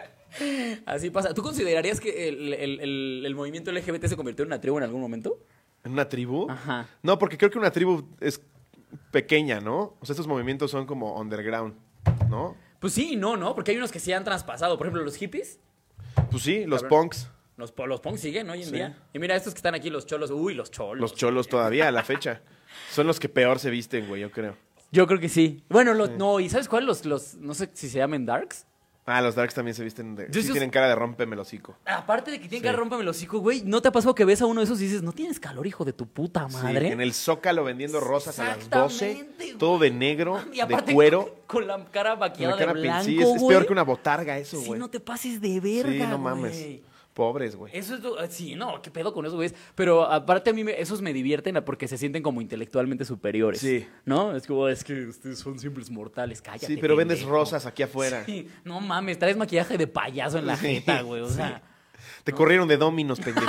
Así pasa. ¿Tú considerarías que el, el- el- el movimiento L G B T se convirtió en una tribu en algún momento? ¿En una tribu? Ajá. No, porque creo que una tribu es pequeña, ¿no? O sea, estos movimientos son como underground, ¿no? Pues sí y no, ¿no? Porque hay unos que sí han traspasado. Por ejemplo, los hippies. Pues sí, los Cabrón. punks, Los, po- los punks siguen hoy en Sí. día. Y mira, estos que están aquí, los cholos. Uy, los cholos. los cholos todavía a la fecha. Son los que peor se visten, güey, yo creo. Yo creo que sí. Bueno, los, no, ¿y sabes cuál? Los, los, no sé si se llaman darks. Ah, los darks también se visten de... Yo Sí esos- tienen cara de rómpeme el hocico. Aparte de que tienen Sí. que romperme el hocico, güey, ¿no te ha pasado que ves a uno de esos y dices, no tienes calor, hijo de tu puta madre? Sí, en el Zócalo vendiendo rosas a las doce. Exactamente, güey. Todo de negro, Y de aparte, cuero. con la cara Con maquillada la cara de pin- blanco, sí, es, es güey. peor que una botarga eso, Sí, güey. no te pases de verga, Sí, no güey. mames. Pobres, güey. Eso es lo- sí, no, qué pedo con eso, güey. Pero aparte a mí me- esos me divierten porque se sienten como intelectualmente superiores. Sí. ¿No? Es como, es que ustedes son simples mortales, cállate. Sí, pero vendes pendejo. rosas aquí afuera. Sí, no mames, traes maquillaje de payaso en la Sí, jeta, güey. O sea, Te corrieron de Dominos, pendejo.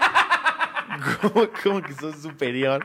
¿Cómo, cómo que sos superior?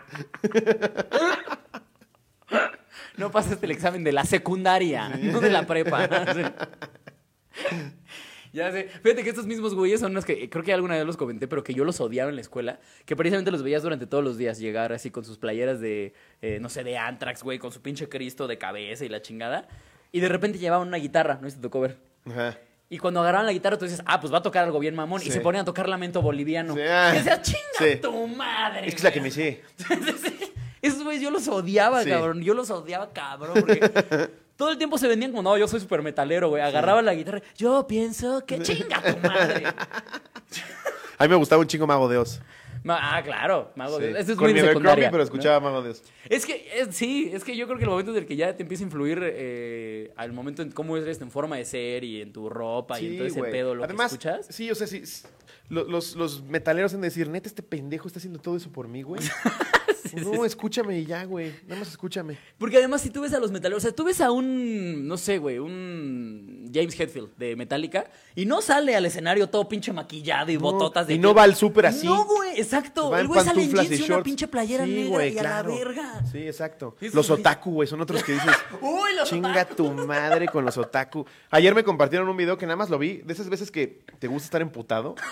no pasaste el examen de la secundaria, no de la prepa. Sí. Ya sé. Fíjate que estos mismos güeyes son los que creo que alguna vez los comenté, pero que yo los odiaba en la escuela. Que precisamente los veías durante todos los días llegar así con sus playeras de, eh, no sé, de Anthrax, güey, con su pinche Cristo de cabeza y la chingada. Y de repente llevaban una guitarra, no sé si te tocó ver. Ajá. Y cuando agarraban la guitarra, tú dices, ah, pues va a tocar algo bien mamón. Sí. Y se ponían a tocar Lamento Boliviano. Sí, ah, Y decía, chinga sí. tu madre. Es que es la que güey". me sé. Esos güeyes yo los odiaba, Sí. cabrón. Yo los odiaba, cabrón. Porque todo el tiempo se vendían como, no, yo soy súper metalero, güey. Agarraba la guitarra. Yo pienso que chinga tu madre. A mí me gustaba un chingo Mago de Oz. Ma- Ah, claro. Mago Sí. de... Este es Con muy mi de Abercrombie, secundaria. pero ¿no? escuchaba Mago de Oz. Es que, es- sí, es que yo creo que el momento en el que ya te empieza a influir eh, al momento en cómo eres en forma de ser y en tu ropa y en todo ese güey. pedo, lo Además, que escuchas. sí, o sea, sí, sí, lo- los, los metaleros en decir, neta, este pendejo está haciendo todo eso por mí, güey. No, escúchame y ya, güey. Nada más escúchame. Porque además si tú ves a los metaleros, o sea, tú ves a un, no sé, güey, un James Hetfield de Metallica y no sale al escenario todo pinche maquillado y No, bototas de... y no va al súper así. No, güey, exacto. Va en El güey sale en pantuflas jeans y y una shorts. pinche playera Sí, negra güey, y a claro. la verga. Sí, exacto. Esos Los güeyes- otaku, güey, son otros que dices, Uy, los chinga otaku. tu madre con los otaku. Ayer me compartieron un video que nada más lo vi, de esas veces que te gusta estar emputado.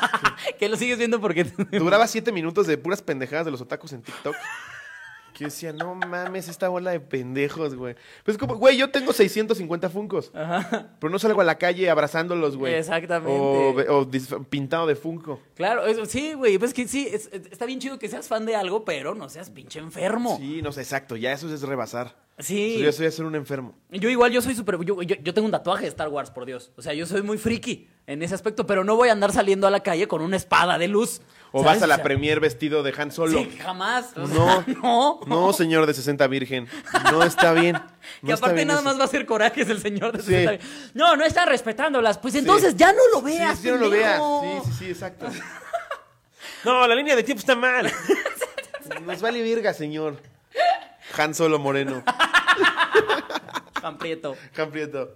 Que lo sigues viendo porque... Duraba siete minutos de puras pendejadas de los otakus en TikTok. Que yo decía, no mames, esta bola de pendejos, güey. Pues como, güey, yo tengo seiscientos cincuenta Funkos. Ajá. Pero no salgo a la calle abrazándolos, güey. Exactamente. O, o dis- pintado de Funko. Claro, eso, sí, güey. Pues que sí, es, es- está bien chido que seas fan de algo, pero no seas pinche enfermo. Sí, no sé, exacto. Ya eso es rebasar. Sí. Yo ya soy a ser un enfermo. Yo igual, yo soy súper... Yo, yo, yo tengo un tatuaje de Star Wars, por Dios. O sea, yo soy muy friki en ese aspecto, pero no voy a andar saliendo a la calle con una espada de luz. O ¿sabes? vas a la O sea, premier vestido de Han Solo. Sí, jamás. O No, sea, no. No, señor de sesenta virgen. No está bien. No Que está aparte bien nada eso. más va a ser corajes el señor de Sí. sesenta. No, no está respetándolas. Pues entonces ya no lo veas, Sí, sí, no lo veas. pendejo. Sí, sí, sí, exacto. No, la línea de tiempo está mal. Nos vale verga, señor. Han Solo Moreno. Juan Prieto. Han Prieto.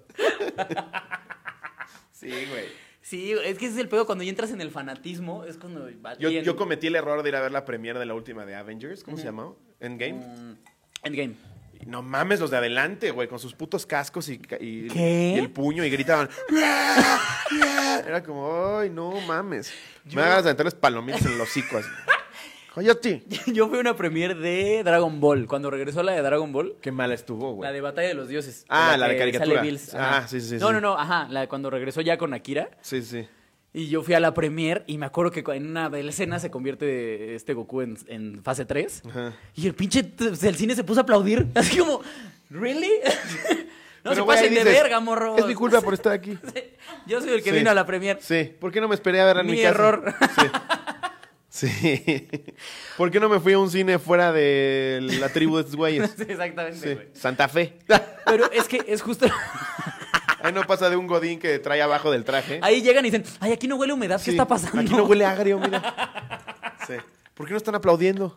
Sí, güey. Sí, es que ese es el pedo cuando ya entras en el fanatismo. Es cuando... Yo, y en- yo cometí el error de ir a ver la premiere de la última de Avengers. ¿Cómo se llamó? Endgame. Mm, Endgame. Y no mames, los de adelante, güey, con sus putos cascos y, y, ¿Qué? y el puño y gritaban. Era como, ay, no mames. Yo- Me da ganas de meterles palomitas en el hocico así. ¡Cállate! Yo fui a una premiere de Dragon Ball. Cuando regresó la de Dragon Ball. Qué mala estuvo, güey. La de Batalla de los Dioses. Ah, la de que caricatura. sale Bills. Ah, Ajá. sí, sí, sí, No, sí. no, no, ajá. La de cuando regresó ya con Akira. Sí, sí. Y yo fui a la premiere y me acuerdo que en una de las escenas se convierte este Goku en, en fase tres. Ajá. Y el pinche, o sea, el cine se puso a aplaudir. Así como, ¿really? No Pero, se güey, pasen de dices, verga, morro. Es mi culpa por estar aquí. Yo soy el que Sí. vino a la premiere. Sí. ¿Por qué no me esperé a verla en mi, Mi casa? error. Sí. Sí. ¿Por qué no me fui a un cine fuera de la tribu de estos güeyes? Sí, exactamente, Sí. güey. Santa Fe. Pero es que es justo... Ahí no pasa de un godín que trae abajo del traje. Ahí llegan y dicen, ay, aquí no huele a humedad, ¿qué Sí, está pasando? Aquí no huele agrio, mira. Sí. ¿Por qué no están aplaudiendo?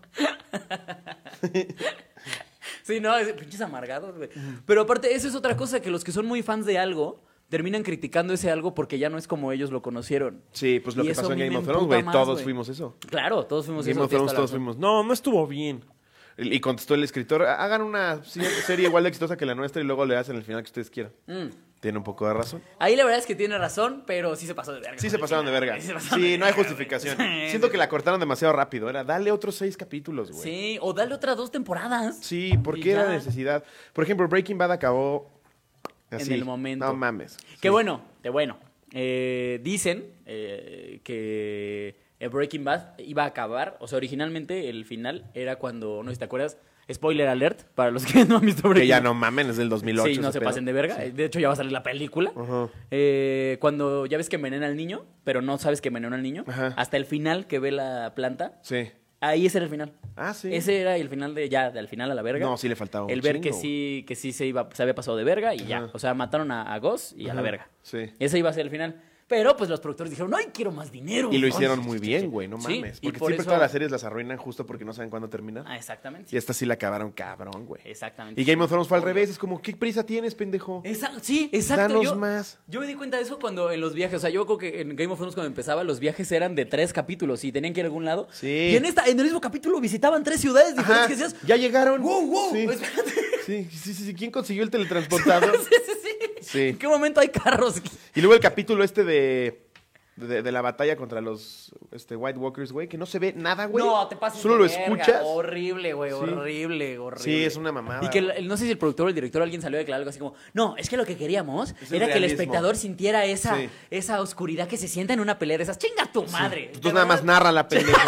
Sí, no, es- pinches amargados, güey. Pero aparte, eso es otra cosa, que los que son muy fans de algo terminan criticando ese algo porque ya no es como ellos lo conocieron. Sí, pues lo Y que eso pasó a en mí Game me of Thrones, emputa güey. más, Todos güey. fuimos eso. Claro, todos fuimos Game eso, of Thrones tienes todos toda la razón. fuimos. No, no estuvo bien. Y y contestó el escritor, hagan una serie igual de exitosa que la nuestra y luego le hacen el final que ustedes quieran. Mm. Tiene un poco de razón. Ahí la verdad es que tiene razón, pero sí se pasó de verga. Sí se pasaron de verga. Sí, se pasaron Sí, de no hay verga, justificación. güey. Siento Sí, que la cortaron demasiado rápido. Era, dale otros seis capítulos, güey. Sí, o dale otras dos temporadas. Sí, ¿por Y qué ya. la necesidad? Por ejemplo, Breaking Bad acabó así. En el momento. No mames. Qué Sí. bueno, qué bueno. Eh, dicen eh, que eh, Breaking Bad iba a acabar, o sea, originalmente el final era cuando, no sé si te acuerdas, spoiler alert, para los que no han visto Breaking Que ya Bad. no mamen, es del dos mil ocho. Sí, no ese se pedo. pasen de verga. Sí. De hecho, ya va a salir la película. Ajá. Eh, cuando ya ves que envenena al niño, pero no sabes que envenena al niño, Ajá. hasta el final que ve la planta, Sí. ahí ese era el final. Ah, sí. Ese era el final de ya, del final a la verga. No, sí le faltaba un El ver que chingo. sí, que sí se iba, se había pasado de verga y ya. Ajá. O sea, mataron a, a Gus y a la Ajá. verga. Sí. Ese iba a ser el final. Pero pues los productores dijeron, ¡ay, quiero más dinero! Y lo Ay, hicieron sí, muy sí, bien, sí. güey, no Sí, mames. y Porque por siempre eso- todas las series las arruinan justo porque no saben cuándo terminar. Ah, exactamente. Y esta sí la acabaron cabrón, güey. Exactamente. Y Game of Thrones fue al revés. Es como, ¿qué prisa tienes, pendejo? Esa- sí, exacto. Danos yo, más. Yo me di cuenta de eso cuando en los viajes, o sea, yo creo que en Game of Thrones cuando empezaba, los viajes eran de tres capítulos y tenían que ir a algún lado. Sí. Y en esta, en el mismo capítulo visitaban tres ciudades diferentes Ajá, que decías, ya llegaron. wow, wow, Sí. espérate. Sí, sí, sí, sí. ¿Quién consiguió el teletransportador? Sí, sí, sí. Sí. ¿En qué momento hay carros? Y luego el capítulo este de, de, de la batalla contra los este, White Walkers, güey, que no se ve nada, güey. No, te pasas Solo de lo verga. escuchas. Horrible, güey, Sí. horrible, horrible. Sí, es una mamada. Y que güey. el- no sé si el productor o el director alguien salió a declarar algo así como, no, es que lo que queríamos Es el era que el realismo. espectador sintiera esa, Sí. esa oscuridad que se sienta en una pelea de esas. ¡Chinga tu madre! Tú De nada más verdad, narra la pendeja.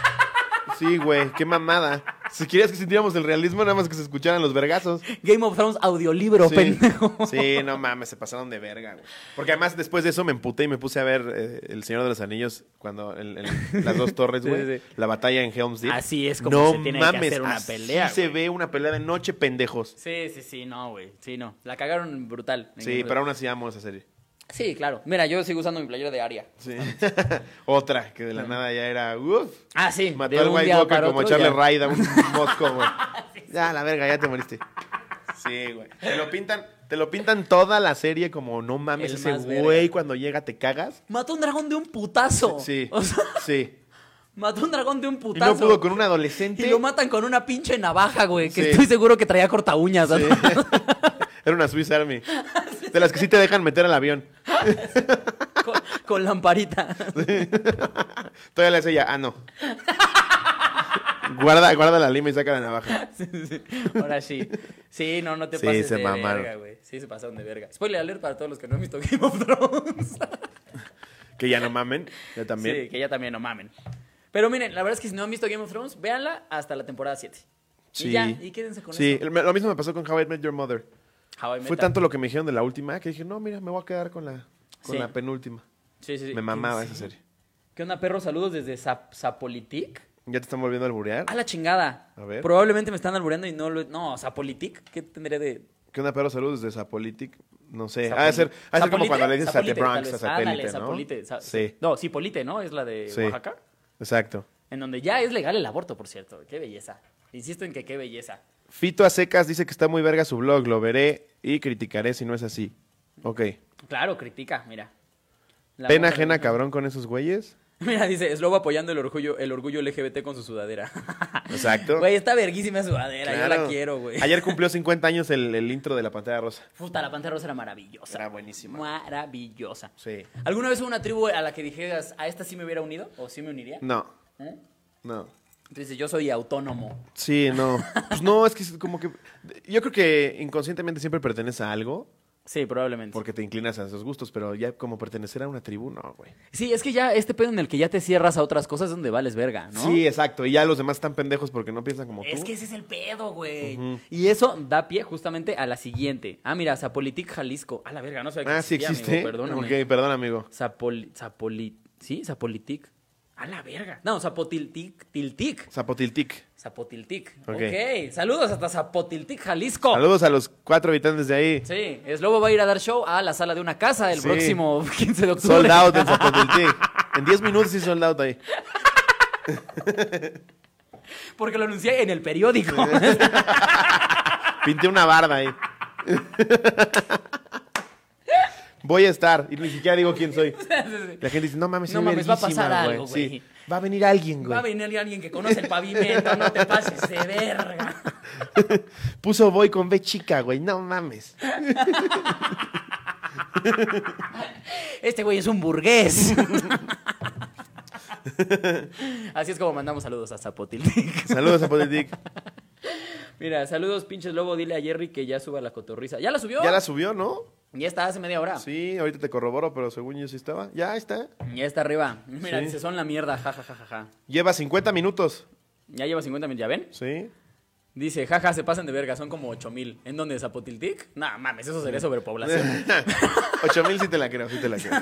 Sí, güey, qué mamada. Si querías que sintiéramos el realismo, nada más que se escucharan los vergazos. Game of Thrones audiolibro, Sí. pendejo. Sí, no mames, se pasaron de verga, güey. Porque además después de eso me emputé y me puse a ver eh, El Señor de los Anillos cuando en, en las dos torres, Sí, güey. sí, sí. La batalla en Helm's Deep. Así es como no se tiene que mames, hacer una así pelea, se güey. ve una pelea de noche, pendejos. Sí, sí, sí, no, güey. Sí, no. La cagaron brutal. en Sí, Game of pero aún así amo esa serie. Sí, claro. Mira, yo sigo usando mi playera de Aria. Sí. Otra, que de la nada ya era. Uf. Ah, sí. Mató de al un White día Walker para como otro, echarle ya. raid a un mosco, güey. Ya, la verga, ya te moriste. Sí, güey. Te lo pintan, te lo pintan toda la serie como no mames, El ese más güey verga. cuando llega te cagas. Mató un dragón de un putazo. Sí. O sea, Sí. mató un dragón de un Y putazo. no pudo con un adolescente. Y lo matan con una pinche navaja, güey. Que Sí. estoy seguro que traía corta uñas. Sí. Era una Swiss Army. De las que sí te dejan meter al avión. con, Con lamparita. Todavía le hace ella, ah, no. Guarda, guarda la lima y saca la navaja. Sí, sí. Ahora sí. Sí, no, no te Sí, pases se de mamaron. verga, güey. Sí, se pasaron de verga. Spoiler alert para todos los que no han visto Game of Thrones. Que ya no mamen, ya también. Sí, que ya también no mamen. Pero miren, la verdad es que si no han visto Game of Thrones, véanla hasta la temporada siete. Sí. Y ya, y quédense con Sí, eso. el- lo mismo me pasó con How I Met Your Mother. How I Met Fue Up. tanto lo que me dijeron de la última que dije, no, mira, me voy a quedar con la, con Sí. la penúltima. Sí, sí, sí. Me mamaba ¿Qué- esa serie. ¿Qué onda, perro? Saludos desde Zap- Zapolitic. ¿Ya te están volviendo a alburear? A la chingada. A ver. Probablemente me están albureando y no lo... No, Zapolitic. ¿Qué tendría de...? ¿Qué onda, perro? Saludos desde Zapolitic. No sé. Zapoli- Ha de ser, ha de ser como ¿Zapolite? cuando le dices a The Zapolite, tal Bronx, vez. a satélite, Ándale, ¿no? Zapolite. Sa- Sí, No, Cipolite, ¿no? Es la de Sí. Oaxaca. exacto. En donde ya es legal el aborto, por cierto. Qué belleza. Insisto en que qué belleza. Fito a secas dice que está muy verga su blog. Lo veré y criticaré si no es así. Ok. Claro, critica, mira. La Pena moja- ajena, cabrón, con esos güeyes. Mira, dice, Slobo apoyando el orgullo, el orgullo L G B T con su sudadera. Exacto. Güey, está verguísima sudadera, yo Claro. la quiero, güey. Ayer cumplió cincuenta años el, el intro de la pantalla rosa. Puta, la Pantera Rosa era maravillosa. Era buenísima. Maravillosa. Sí. ¿Alguna vez hubo una tribu a la que dijeras, a esta sí me hubiera unido? ¿O sí me uniría? No, ¿Eh? no. Entonces, yo soy autónomo. Sí, no. Pues no, es que es como que... Yo creo que inconscientemente siempre perteneces a algo Sí, probablemente. porque te inclinas a esos gustos, pero ya como pertenecer a una tribu, no, güey. Sí, es que ya este pedo en el que ya te cierras a otras cosas es donde vales verga, ¿no? Sí, exacto. Y ya los demás están pendejos porque no piensan como Es tú. que ese es el pedo, güey. Ujú. Y eso da pie justamente a la siguiente. Ah, mira, Zapolitic, Jalisco. A la verga, no sé Ah, sí existe. Amigo, perdóname. Ok, perdón, amigo. Zapol, Zapoli, ¿sí? Zapolitic. A la verga. No, Zapotiltic, Tiltic. Zapotiltic. Zapotiltic. Ok. ok. Saludos hasta Zapotiltic, Jalisco. Saludos a los cuatro habitantes de ahí. Sí, Slobo va a ir a dar show a la sala de una casa el Sí. próximo quince de octubre. Sold out en Zapotiltic. En diez minutos sí sold out ahí. Porque lo anuncié en el periódico. Pinté una barda ahí. Voy a estar. Y ni siquiera digo quién soy. La gente dice, no mames, No soy mames, va a verguísima, pasar algo, güey. Sí. Va a venir alguien, güey. Va a venir alguien que conoce el pavimento, no te pases de verga. Puso voy con B chica, güey. No mames. Este güey es un burgués. Así es como mandamos saludos a Zapotiltic. Saludos a Politic. Mira, saludos, pinches Lobo. Dile a Jerry que ya suba la cotorriza. ¿Ya la subió? Ya la subió, ¿no? Ya está, hace media hora. Sí, ahorita te corroboro, pero según yo sí estaba. Ya está. Ya está arriba. Mira, Sí. dice, son la mierda, jajajaja. Ja, ja, ja, ja. Lleva cincuenta minutos. Ya lleva cincuenta minutos, ¿ya ven? Sí. Dice, jaja, se pasan de verga, son como ocho mil. ¿En dónde? ¿Zapotiltic? No, mames, eso sería sobrepoblación. Ocho mil sí te la creo, sí te la creo.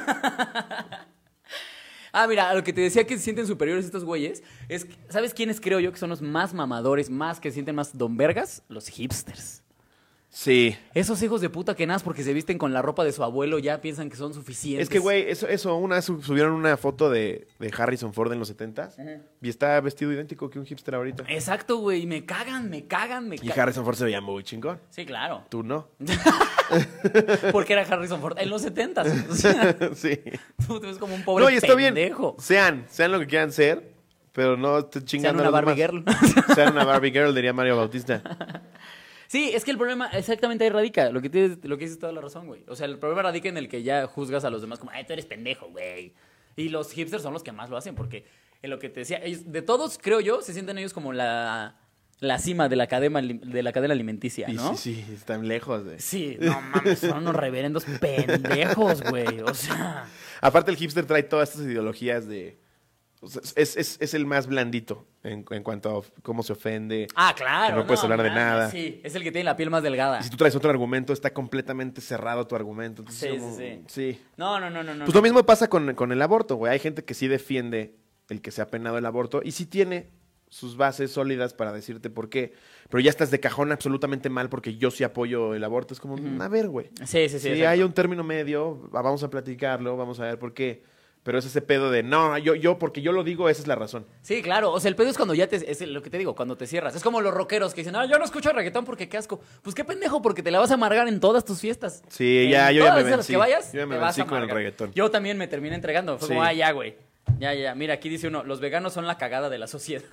Ah, mira, lo que te decía que se sienten superiores estos güeyes es, que- ¿sabes quiénes creo yo que son los más mamadores, más que se sienten más don vergas? Los hipsters. Sí. Esos hijos de puta que nada más porque se visten con la ropa de su abuelo ya piensan que son suficientes. Es que, güey, eso, eso, una vez sub- subieron una foto de, de Harrison Ford en los setentas y está vestido idéntico que un hipster ahorita. Exacto, güey, me cagan, me cagan, me Y cagan. Harrison Ford se veía muy chingón. Sí, claro. Tú no. Porque era Harrison Ford en los setentas. O sea, Sí. tú te ves como un pobre No, y está bien. pendejo. Sean, sean lo que quieran ser, pero no te Sean chingando una a los Barbie demás. girl. Sean una Barbie girl, diría Mario Bautista. Sí, es que el problema exactamente ahí radica. Lo que tienes, lo que dices toda la razón, güey. O sea, el problema radica en el que ya juzgas a los demás como, ay, tú eres pendejo, güey. Y los hipsters son los que más lo hacen porque en lo que te decía, ellos- de todos, creo yo, se sienten ellos como la, la cima de la cadena, ali- de la cadena alimenticia, Y ¿no? sí, sí, están lejos de... Sí, no mames, son unos reverendos pendejos, güey. O sea, Aparte el hipster trae todas estas ideologías de... o sea, es, es, es el más blandito en, en cuanto a cómo se ofende. ah, claro. Que no puedes hablar de mames, nada. Sí, es el que tiene la piel más delgada. Y si tú traes otro argumento, está completamente cerrado tu argumento. Entonces, Sí, como- sí, sí. No, no, no, no, no. Pues no. lo mismo pasa con, con el aborto, güey. Hay gente que sí defiende el que se ha penado el aborto y sí tiene sus bases sólidas para decirte por qué. Pero ya estás de cajón absolutamente mal porque yo sí apoyo el aborto. Es como, a ver, güey. Sí, sí, sí. Si exacto. hay un término medio, va- vamos a platicarlo, vamos a ver por qué. Pero es ese pedo de, no, yo, yo, porque yo lo digo, esa es la razón. Sí, claro. O sea, el pedo es cuando ya te... Es lo que te digo, cuando te cierras. Es como los rockeros que dicen, ah, yo no escucho reggaetón porque qué asco. Pues qué pendejo, porque te la vas a amargar en todas tus fiestas. Sí, En ya, yo ya todas me las vencí. que vayas, Yo ya me te vas vencí a con el amargar. reggaetón. Yo también me terminé entregando. Fue como, Sí. ah, ya, güey. Ya, ya, ya. Mira, aquí dice uno, los veganos son la cagada de la sociedad.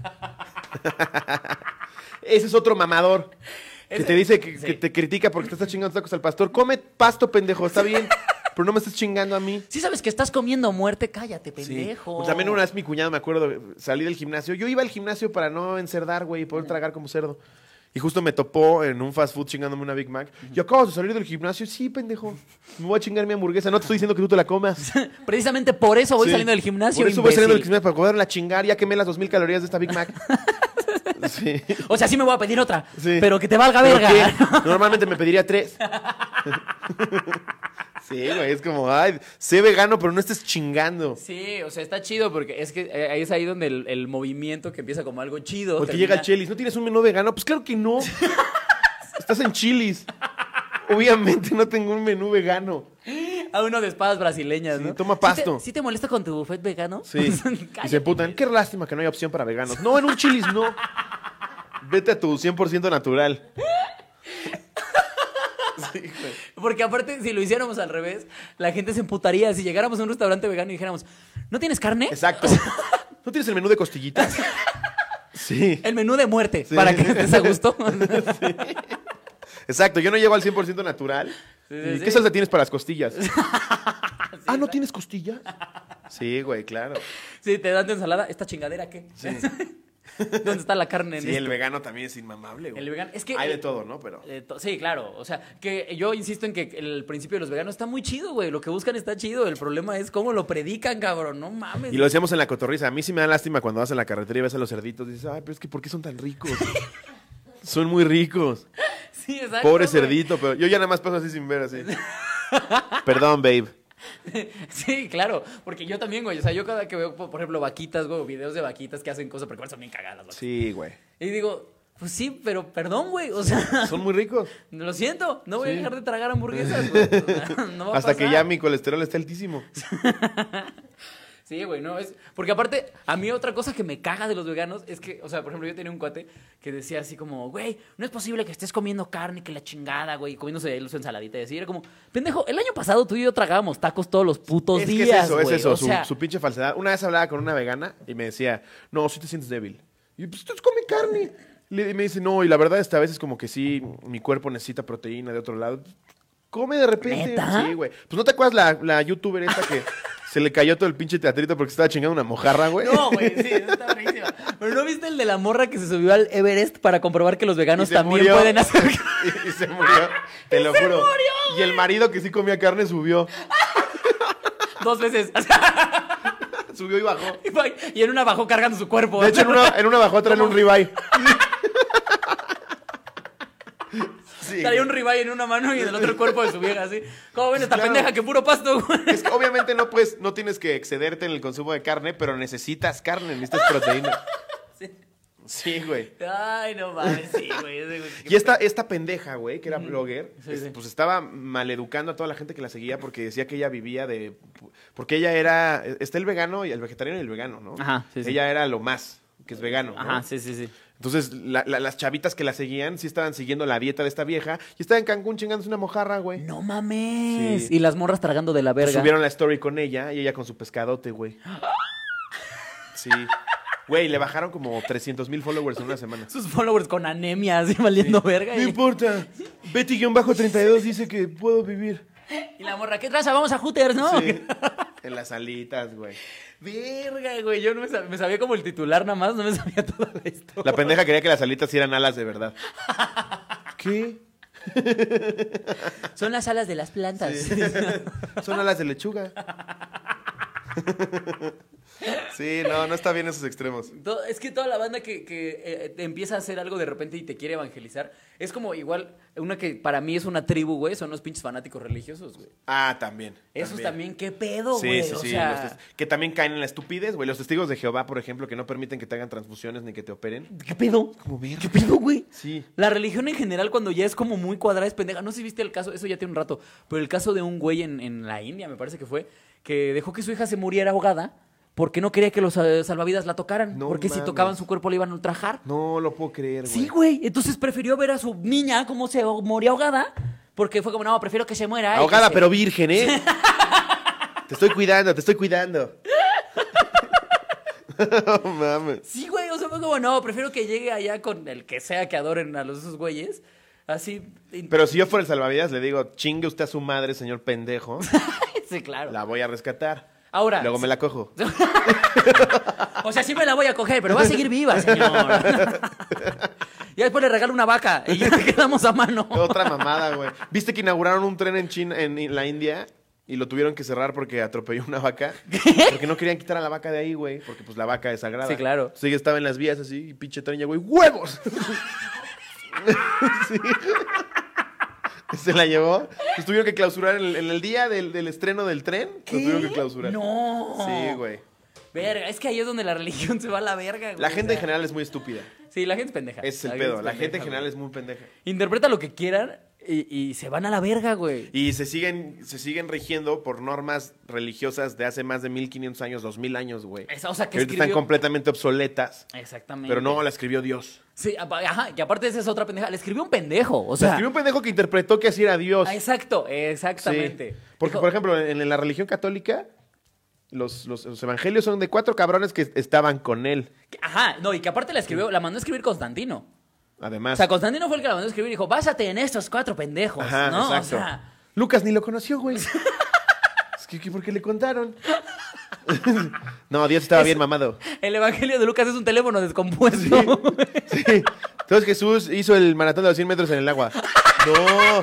Ese es otro mamador. Que Ese- te dice que, sí. que te critica porque te estás chingando tacos al pastor. Come pasto, pendejo, está bien. pero no me estés chingando a mí. Sí sabes que estás comiendo muerte, cállate, Sí. pendejo. Pues también una vez mi cuñado, me acuerdo, salí del gimnasio. Yo iba al gimnasio para no encerdar, güey, y poder tragar como cerdo. Y justo me topó en un fast food chingándome una Big Mac. Yo acabo de salir del gimnasio. Sí, pendejo. Me voy a chingar mi hamburguesa. No te estoy diciendo que tú te la comas. Precisamente por eso voy Sí. saliendo del gimnasio, Por eso voy saliendo del imbécil. gimnasio, para poderla chingar. Ya quemé las dos mil calorías de esta Big Mac. Sí. O sea, sí me voy a pedir otra, Sí. pero que te valga ¿Pero verga. qué? Normalmente me pediría tres. Sí, güey, es como, ay, sé vegano, pero no estés chingando. Sí, o sea, está chido porque es que eh, ahí es ahí donde el, el movimiento que empieza como algo chido. Porque termina- llega el Chelis, ¿no tienes un menú vegano? Pues claro que no. Estás en Chilis. Obviamente no tengo un menú vegano. A uno de espadas brasileñas, Sí, ¿no? toma ¿Sí pasto. te, sí te molesta con tu buffet vegano? Sí. Y Cállate. se putan, qué lástima que no hay opción para veganos. No, en un Chilis no. Vete a tu cien por ciento natural. Sí, güey. Porque aparte, si lo hiciéramos al revés, la gente se emputaría. Si llegáramos a un restaurante vegano y dijéramos, ¿no tienes carne? Exacto. ¿No tienes el menú de costillitas? Sí. El menú de muerte, Sí. para que estés a gusto. Exacto, yo no llego al cien por ciento natural. Sí, ¿Y sí, qué sí. salsa tienes para las costillas? ah, ¿no tienes costillas? Sí, güey, claro. Sí, te dan tu ensalada. ¿Esta chingadera qué? Sí. ¿Dónde está la carne en Sí, esto? el vegano también es inmamable, güey. El vegano, es que Hay de eh, todo, ¿no? Pero eh, to- sí, claro. O sea, que yo insisto en que el principio de los veganos está muy chido, güey. Lo que buscan está chido. El problema es cómo lo predican, cabrón. No mames. y lo decíamos en la cotorriza. A mí sí me da lástima cuando vas en la carretera y ves a los cerditos. Dices, ay, pero es que ¿por qué son tan ricos? Son muy ricos. Sí, exacto. Pobre güey. cerdito, pero yo ya nada más paso así sin ver, así. Perdón, babe. Sí, claro. Porque yo también, güey. O sea, yo cada que veo, por ejemplo, vaquitas, güey, o videos de vaquitas que hacen cosas, porque igual son bien cagadas las vacas. Sí, güey. Y digo, pues sí, pero perdón, güey. O sea, Son muy ricos. lo siento. No voy a Sí. dejar de tragar hamburguesas, güey. O sea, no va a Hasta que pasar. ya mi colesterol está altísimo. Sí, güey, no es. Porque aparte, a mí otra cosa que me caga de los veganos es que, o sea, por ejemplo, yo tenía un cuate que decía así como, güey, no es posible que estés comiendo carne, que la chingada, güey, y comiéndose él su ensaladita y así. Era como, pendejo, el año pasado tú y yo tragábamos tacos todos los putos Es que días. es eso, es güey. eso, O su, sea, su pinche falsedad. Una vez hablaba con una vegana y me decía, no, si te sientes débil. Y pues, tú come carne. Le- Y me dice, no, y la verdad es que a veces como que sí, mi cuerpo necesita proteína de otro lado. Come de repente. ¿Neta? Sí, güey. Pues, ¿no te acuerdas la, la youtuber esta que se le cayó todo el pinche teatrito porque estaba chingando una mojarra, güey? no, güey, sí, eso está buenísima. Pero ¿no viste el de la morra que se subió al Everest para comprobar que los Y veganos se también murió. pueden hacer? Y, y se murió, te lo juro. Y el marido que sí comía carne subió. Dos veces. Subió y bajó. Y en una bajó cargando su cuerpo. De hecho, en una, en una bajó a traerle un ribeye. Sí, Traía güey. un ribeye en una mano y en el otro el cuerpo de su vieja, así. ¿Cómo ven esta Claro. pendeja que puro pasto, güey? Es que obviamente no puedes, no tienes que excederte en el consumo de carne, pero necesitas carne, necesitas proteína. Sí. Sí, güey. Ay, no mames, sí, güey. ese güey, qué Y esta, esta pendeja, güey, que era blogger, Sí, es- sí. pues estaba maleducando a toda la gente que la seguía porque decía que ella vivía de... Porque ella era... Está el vegano y el vegetariano y el vegano, ¿no? Ajá, sí, sí. Ella era lo más, que es vegano, ¿no? Ajá, sí, sí, sí. Entonces, la- la- las chavitas que la seguían sí estaban siguiendo la dieta de esta vieja y estaba en Cancún chingándose una mojarra, güey. No mames. Sí. Y las morras tragando de la Pues verga. subieron la story con ella y ella con su pescadote, güey. Sí. Güey, le bajaron como trescientos mil followers en una semana. Sus followers con anemia, así valiendo verga. No Y, importa. Betty-treinta y dos dice que puedo vivir. y la morra, ¿qué traza? Vamos a Hooters, ¿no? Sí. En las alitas, güey. Verga, güey. Yo no me sabía, me sabía como el titular nada más, no me sabía toda la historia. La pendeja quería que las alitas hicieran alas de verdad. ¿Qué? Son las alas de las plantas. Son alas de lechuga. Sí, no, no está bien esos extremos. Todo- es que toda la banda que, que eh, te empieza a hacer algo de repente y te quiere evangelizar, es como igual, una que para mí es una tribu, güey, son los pinches fanáticos religiosos, güey. Ah, también. Esos también, qué pedo, Sí, güey. sí, o sí. sea, los tes- que también caen en la estupidez, güey. Los testigos de Jehová, por ejemplo, que no permiten que te hagan transfusiones ni que te operen. ¿qué pedo? Como verga. ¿Qué pedo, güey? Sí. La religión en general, cuando ya es como muy cuadrada, es pendeja. No sé si viste el caso, eso ya tiene un rato, pero el caso de un güey en, en la India, me parece que fue, que dejó que su hija se muriera ahogada porque no quería que los eh, salvavidas la tocaran. No porque si mames. tocaban su cuerpo le iban a ultrajar. No lo puedo creer, güey. Sí, güey. Entonces prefirió ver a su niña cómo se moría ahogada. Porque fue como, no, prefiero que se muera. y Ahogada, que se- pero virgen, ¿eh? Te estoy cuidando, te estoy cuidando. No mames. Sí, güey. O sea, fue como, no, prefiero que llegue allá con el que sea que adoren a los esos güeyes. Así. Pero si yo fuera el salvavidas, le digo, chingue usted a su madre, señor pendejo. Sí, claro. La voy a rescatar. Ahora. Luego me la cojo. O sea, sí me la voy a coger, pero va a seguir viva, señor. Y después le regalo una vaca y ya quedamos a mano. Otra mamada, güey. ¿Viste que inauguraron un tren en China, en la India? Y lo tuvieron que cerrar porque atropelló una vaca. ¿Qué? Porque no querían quitar a la vaca de ahí, güey. Porque pues la vaca es sagrada. Sí, claro. Sí, estaba en las vías así y pinche tren ya, güey. ¡Huevos! Sí. Se la llevó. Pues tuvieron que clausurar en el, en el día del, del estreno del tren. ¿Qué? Lo tuvieron que clausurar. No. Sí, güey. Verga, es que ahí es donde la religión se va a la verga, güey. La gente o sea, en general es muy estúpida. Sí, la gente es pendeja. Ese es el La pedo. gente La es gente en pendeja, general güey. es muy pendeja. Interpreta lo que quieran y, y se van a la verga, güey. Y se siguen, se siguen rigiendo por normas religiosas de hace más de mil quinientos años, dos mil años, güey. Esa, o sea, que ahorita escribió... están completamente obsoletas. Exactamente. Pero no, la escribió Dios. Sí, apa- ajá, que aparte esa es otra pendeja. Le escribió un pendejo, o O sea... sea, escribió un pendejo que interpretó que así era Dios. Ah, exacto, exactamente. Sí. Porque, Dijo- por ejemplo, en, en la religión católica, los, los, los evangelios son de cuatro cabrones que estaban con él. que- Ajá, no, y que aparte la escribió, la mandó a escribir Constantino. Además. O sea, Constantino fue el que la mandó a escribir y dijo, básate en estos cuatro pendejos, Ajá, ¿no? exacto. O sea, Lucas ni lo conoció, güey. Es que, que ¿por qué le contaron? No, Dios estaba Es- bien mamado. el evangelio de Lucas es un teléfono descompuesto. Sí. Entonces Jesús hizo el maratón de los cien metros en el agua. No.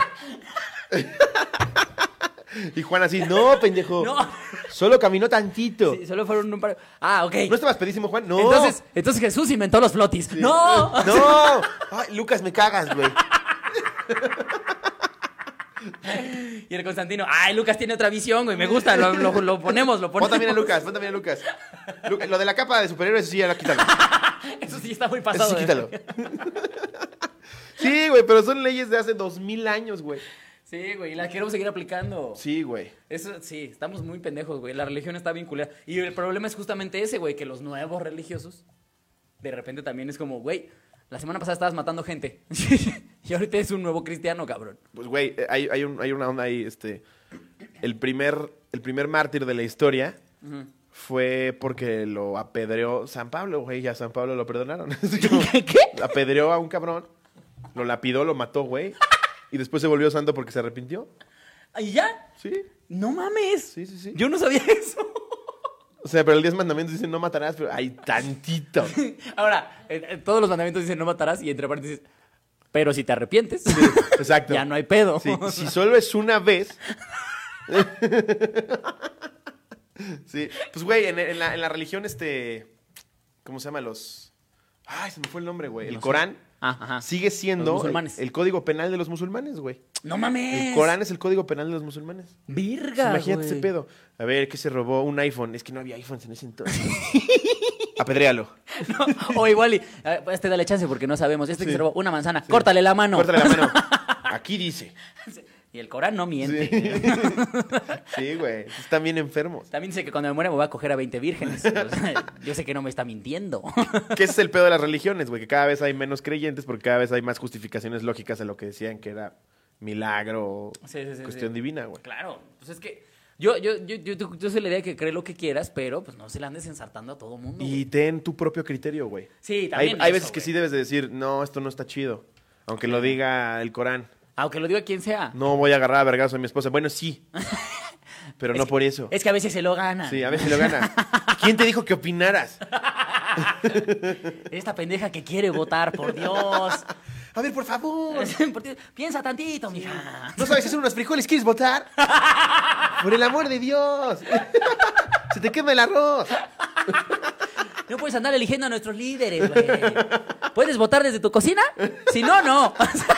Y Juan así, no, pendejo. No. Solo caminó tantito. Sí, solo fueron un par... Ah, ok. ¿No estabas pedísimo, Juan? No. Entonces, entonces Jesús inventó los flotis. ¡No! No. Ay, Lucas, me cagas, güey. Y el Constantino, ay, Lucas tiene otra visión, güey, me gusta, lo, lo- lo ponemos, lo Pon ponemos. también a Lucas, pon también a Lucas. Lu- Lo de la capa de superhéroes, sí, ahora quítalo. Eso sí está muy Eso pasado. sí, ¿eh? quítalo. Sí, güey, pero son leyes de hace dos mil años, güey. Sí, güey, y la queremos seguir aplicando. Sí, güey. Eso, sí, estamos muy pendejos, güey. La religión está bien culera. Y el problema es justamente ese, güey, que los nuevos religiosos, de repente también es como, güey, la semana pasada estabas matando gente. Y ahorita es un nuevo cristiano, cabrón. Pues, güey, eh, hay, hay, un- hay una onda ahí, este... El primer, el primer mártir de la historia Ujú. fue porque lo apedreó San Pablo, güey, y a San Pablo lo perdonaron. Así como, ¿Qué? ¿Qué? apedreó a un cabrón, lo lapidó, lo mató, güey, y después se volvió santo porque se arrepintió. ¿Y ya? Sí, No mames. sí, sí, sí. Yo no sabía eso. O sea, pero el diez mandamientos dice no matarás, pero hay tantito. Ahora, eh, eh, todos los mandamientos dicen no matarás y entre paréntesis, pero si te arrepientes, Exacto. ya no hay pedo. Sí, si solo es una vez. Sí, pues güey, en, en la, en la religión, este. ¿Cómo se llama? Los. Ay, se me fue el nombre, güey. El No sé. Corán Ah, ajá. sigue siendo Los musulmanes. el, el código penal de los musulmanes, güey. No mames. El Corán es el código penal de los musulmanes. Virga, Imagínate güey. ese pedo. A ver, ¿qué se robó? Un iPhone. Es que no había iPhones en ese entonces. Apedréalo. No, o igual, y, eh, este dale chance porque no sabemos. Este que Sí. se robó una manzana, córtale la mano. Córtale la mano. Aquí dice. Y el Corán no miente. Sí, güey. Están bien enfermos. También dice que cuando me muera me voy a coger a veinte vírgenes. O sea, yo sé que no me está mintiendo. Que ese es el pedo de las religiones, güey, que cada vez hay menos creyentes porque cada vez hay más justificaciones lógicas a lo que decían que era milagro o Sí, sí, sí, cuestión sí. divina, güey. Claro, pues es que yo, yo, yo, yo, yo, yo soy la idea de que cree lo que quieras, pero pues no se la andes ensartando a todo mundo. Y güey. ten tu propio criterio, güey. Sí, Hay, también. hay eso, veces que güey. sí debes de decir, no, esto no está chido. Aunque lo diga el Corán. Aunque lo diga quien sea. No voy a agarrar a vergazo a mi esposa. Bueno, sí. Pero Es no que- por eso. Es que a veces se lo gana. Sí, a ver si lo gana. ¿Quién te dijo que opinaras? Esta pendeja que quiere votar, por Dios. A ver, por favor. Por Dios, piensa tantito, mija. ¿No sabes hacer unos frijoles? ¿Quieres votar? Por el amor de Dios. Se te quema el arroz. No puedes andar eligiendo a nuestros líderes, güey. ¿Puedes votar desde tu cocina? Si no, no.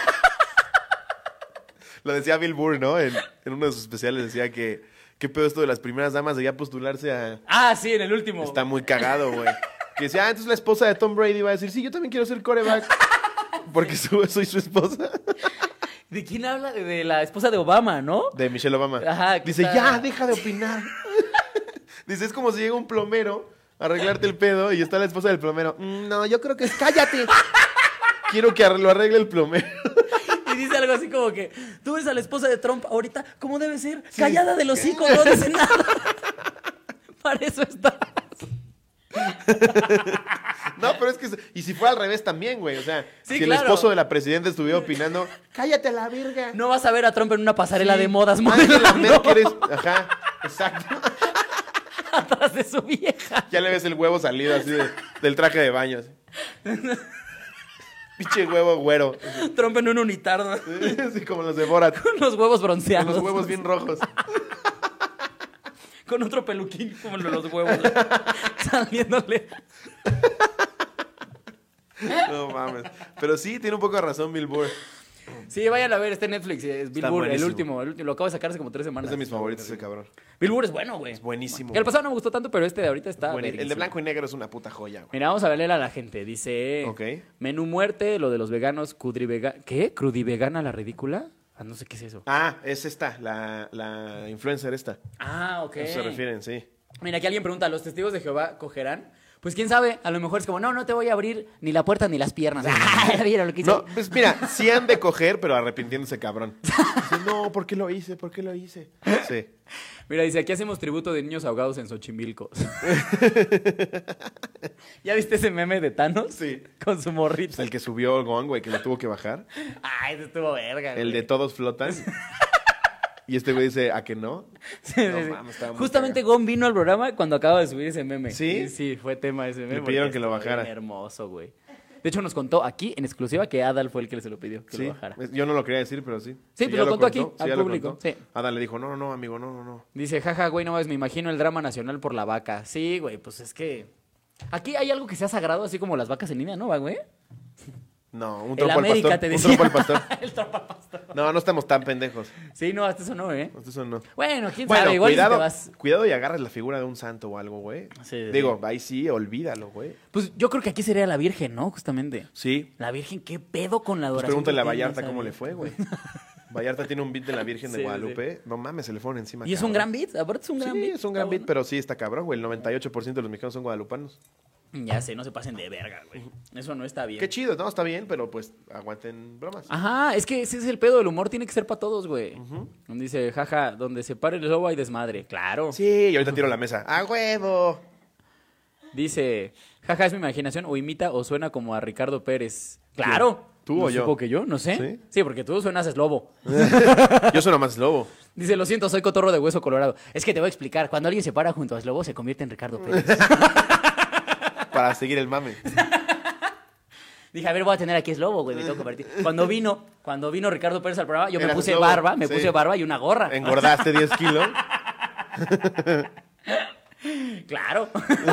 Lo decía Bill Burr, ¿no? En, en uno de sus especiales decía que qué pedo esto de las primeras damas de ya postularse a... Ah, sí, en el último. Está muy cagado, güey. Que decía, ah, entonces la esposa de Tom Brady va a decir, sí, yo también quiero ser quarterback. Porque su- soy su esposa. ¿De quién habla? De, de la esposa de Obama, ¿no? De Michelle Obama. Ajá, que Dice, está- ya, deja de opinar. Dice, es como si llega un plomero a arreglarte el pedo y está la esposa del plomero. "Mm, no, yo creo que es, cállate. Quiero que arre- lo arregle el plomero. Y dice algo así como que, tú ves a la esposa de Trump ahorita, ¿cómo debe ser? Callada del hocico, no dice nada. Para eso estás. No, pero es que... Y si fuera al revés también, güey. O sea, Sí, si claro. el esposo de la presidenta estuviera opinando, cállate la verga. No vas a ver a Trump en una pasarela Sí. de modas Angela modelando Merkel es... Ajá, exacto. atrás de su vieja. Ya le ves el huevo salido así de- del traje de baño. así. Pinche huevo güero. Trump en un unitardo. Así como los de Borat. Con los huevos Con bronceados. los huevos bien rojos. Con otro peluquín como en los huevos. Saliéndole. No mames. Pero sí, tiene un poco de razón Bill Burr. Sí, vayan a ver, este Netflix. Es Bill Está Burr, el buenísimo. último, el último. Lo acabo de sacar hace como tres semanas. Es de mis favoritos ese cabrón. Bill Burr es bueno, güey. Es buenísimo. El pasado no me gustó tanto, pero este de ahorita está Bueno, el de verguísimo. blanco y negro es una puta joya, güey. Mira, vamos a leer a la gente. Dice... Ok. Menú muerte, lo de los veganos, cudrivega... ¿Qué? ¿Crudivegana la ridícula? Ah, no sé qué es eso. Ah, es esta, la, la influencer esta. Ah, ok. A eso se refieren, sí. Mira, aquí alguien pregunta, ¿los testigos de Jehová cogerán? Pues quién sabe, a lo mejor es como, no, no te voy a abrir ni la puerta ni las piernas. Ah, ¿vieron lo que hice? No, pues mira, sí han de coger, pero arrepintiéndose cabrón. Dice, no, ¿por qué lo hice? ¿Por qué lo hice? Sí. Mira, dice, aquí hacemos tributo de niños ahogados en Xochimilco. ¿Ya viste ese meme de Thanos? Sí. Con su morrito. Es el que subió el gong, güey, que lo tuvo que bajar. Ay, ese estuvo verga, El güey. de todos flotan. Y este güey dice, ¿a que no? Sí, sí, No sí. mames, estaba muy Justamente cagado. Gon vino al programa cuando acaba de subir ese meme. ¿Sí? Sí, fue tema ese meme. Le porque pidieron que lo estuvo bajara. bien hermoso, güey. De hecho, nos contó aquí, en exclusiva, que Adal fue el que se lo pidió que Sí, lo bajara. yo no lo quería decir, pero sí. Sí, pues ya lo contó aquí, sí, al ya lo público, contó. sí. Ada le dijo, no, no, no, amigo, no, no, no. Dice, jaja, güey, no mames, me imagino el drama nacional por la vaca. Sí, güey, pues es que... Aquí hay algo que sea sagrado, así como las vacas en línea, ¿no, va, güey? No, un El trompo al América pastor. te Un decía. trompo al pastor. El trompo al pastor. No, no estamos tan pendejos. Sí, no, hasta eso no, ¿eh? Eso no. Bueno, quién Bueno, sabe, igual cuidado, si te vas... cuidado y agarres la figura de un santo o algo, güey. Sí, sí, Digo, ahí sí, olvídalo, güey. Pues yo creo que aquí sería la Virgen, ¿no? Justamente. Sí. La Virgen, ¿qué pedo con la Pues adoración? pregúntale a que tiene, Vallarta ¿sabes? cómo le fue, güey. Vallarta tiene un beat de la Virgen de Sí, Guadalupe. No mames, se le fueron encima. Y es un cabrón. gran beat, aparte es un gran Sí, beat. es un está gran beat, bueno. pero sí está cabrón, güey. El noventa y ocho por ciento de los mexicanos son guadalupanos. Ya sé, no se pasen de verga, güey. Eso no está bien. Qué chido, no, está bien, pero pues aguanten bromas. Ajá, es que ese es el pedo, el humor tiene que ser para todos, güey. Dice, jaja, donde se pare el lobo hay desmadre. Claro. Sí, y ahorita tiro la mesa. ¡A huevo! Dice, jaja, es mi imaginación, o imita o suena como a Ricardo Pérez. Claro. ¿Tú No o yo? supo que yo? No sé. ¿Sí? ¿Sí? porque tú suenas es lobo. Yo sueno más lobo. Dice, lo siento, soy cotorro de hueso colorado. Es que te voy a explicar, cuando alguien se para junto a Slobo se convierte en Ricardo Pérez. Para seguir el mame. Dije, a ver, voy a tener aquí Slobo, güey, me tengo que convertir. Cuando vino, cuando vino Ricardo Pérez al programa, yo me Eras puse Slobo, barba, me sí. puse barba y una gorra. Engordaste diez kilos. Claro.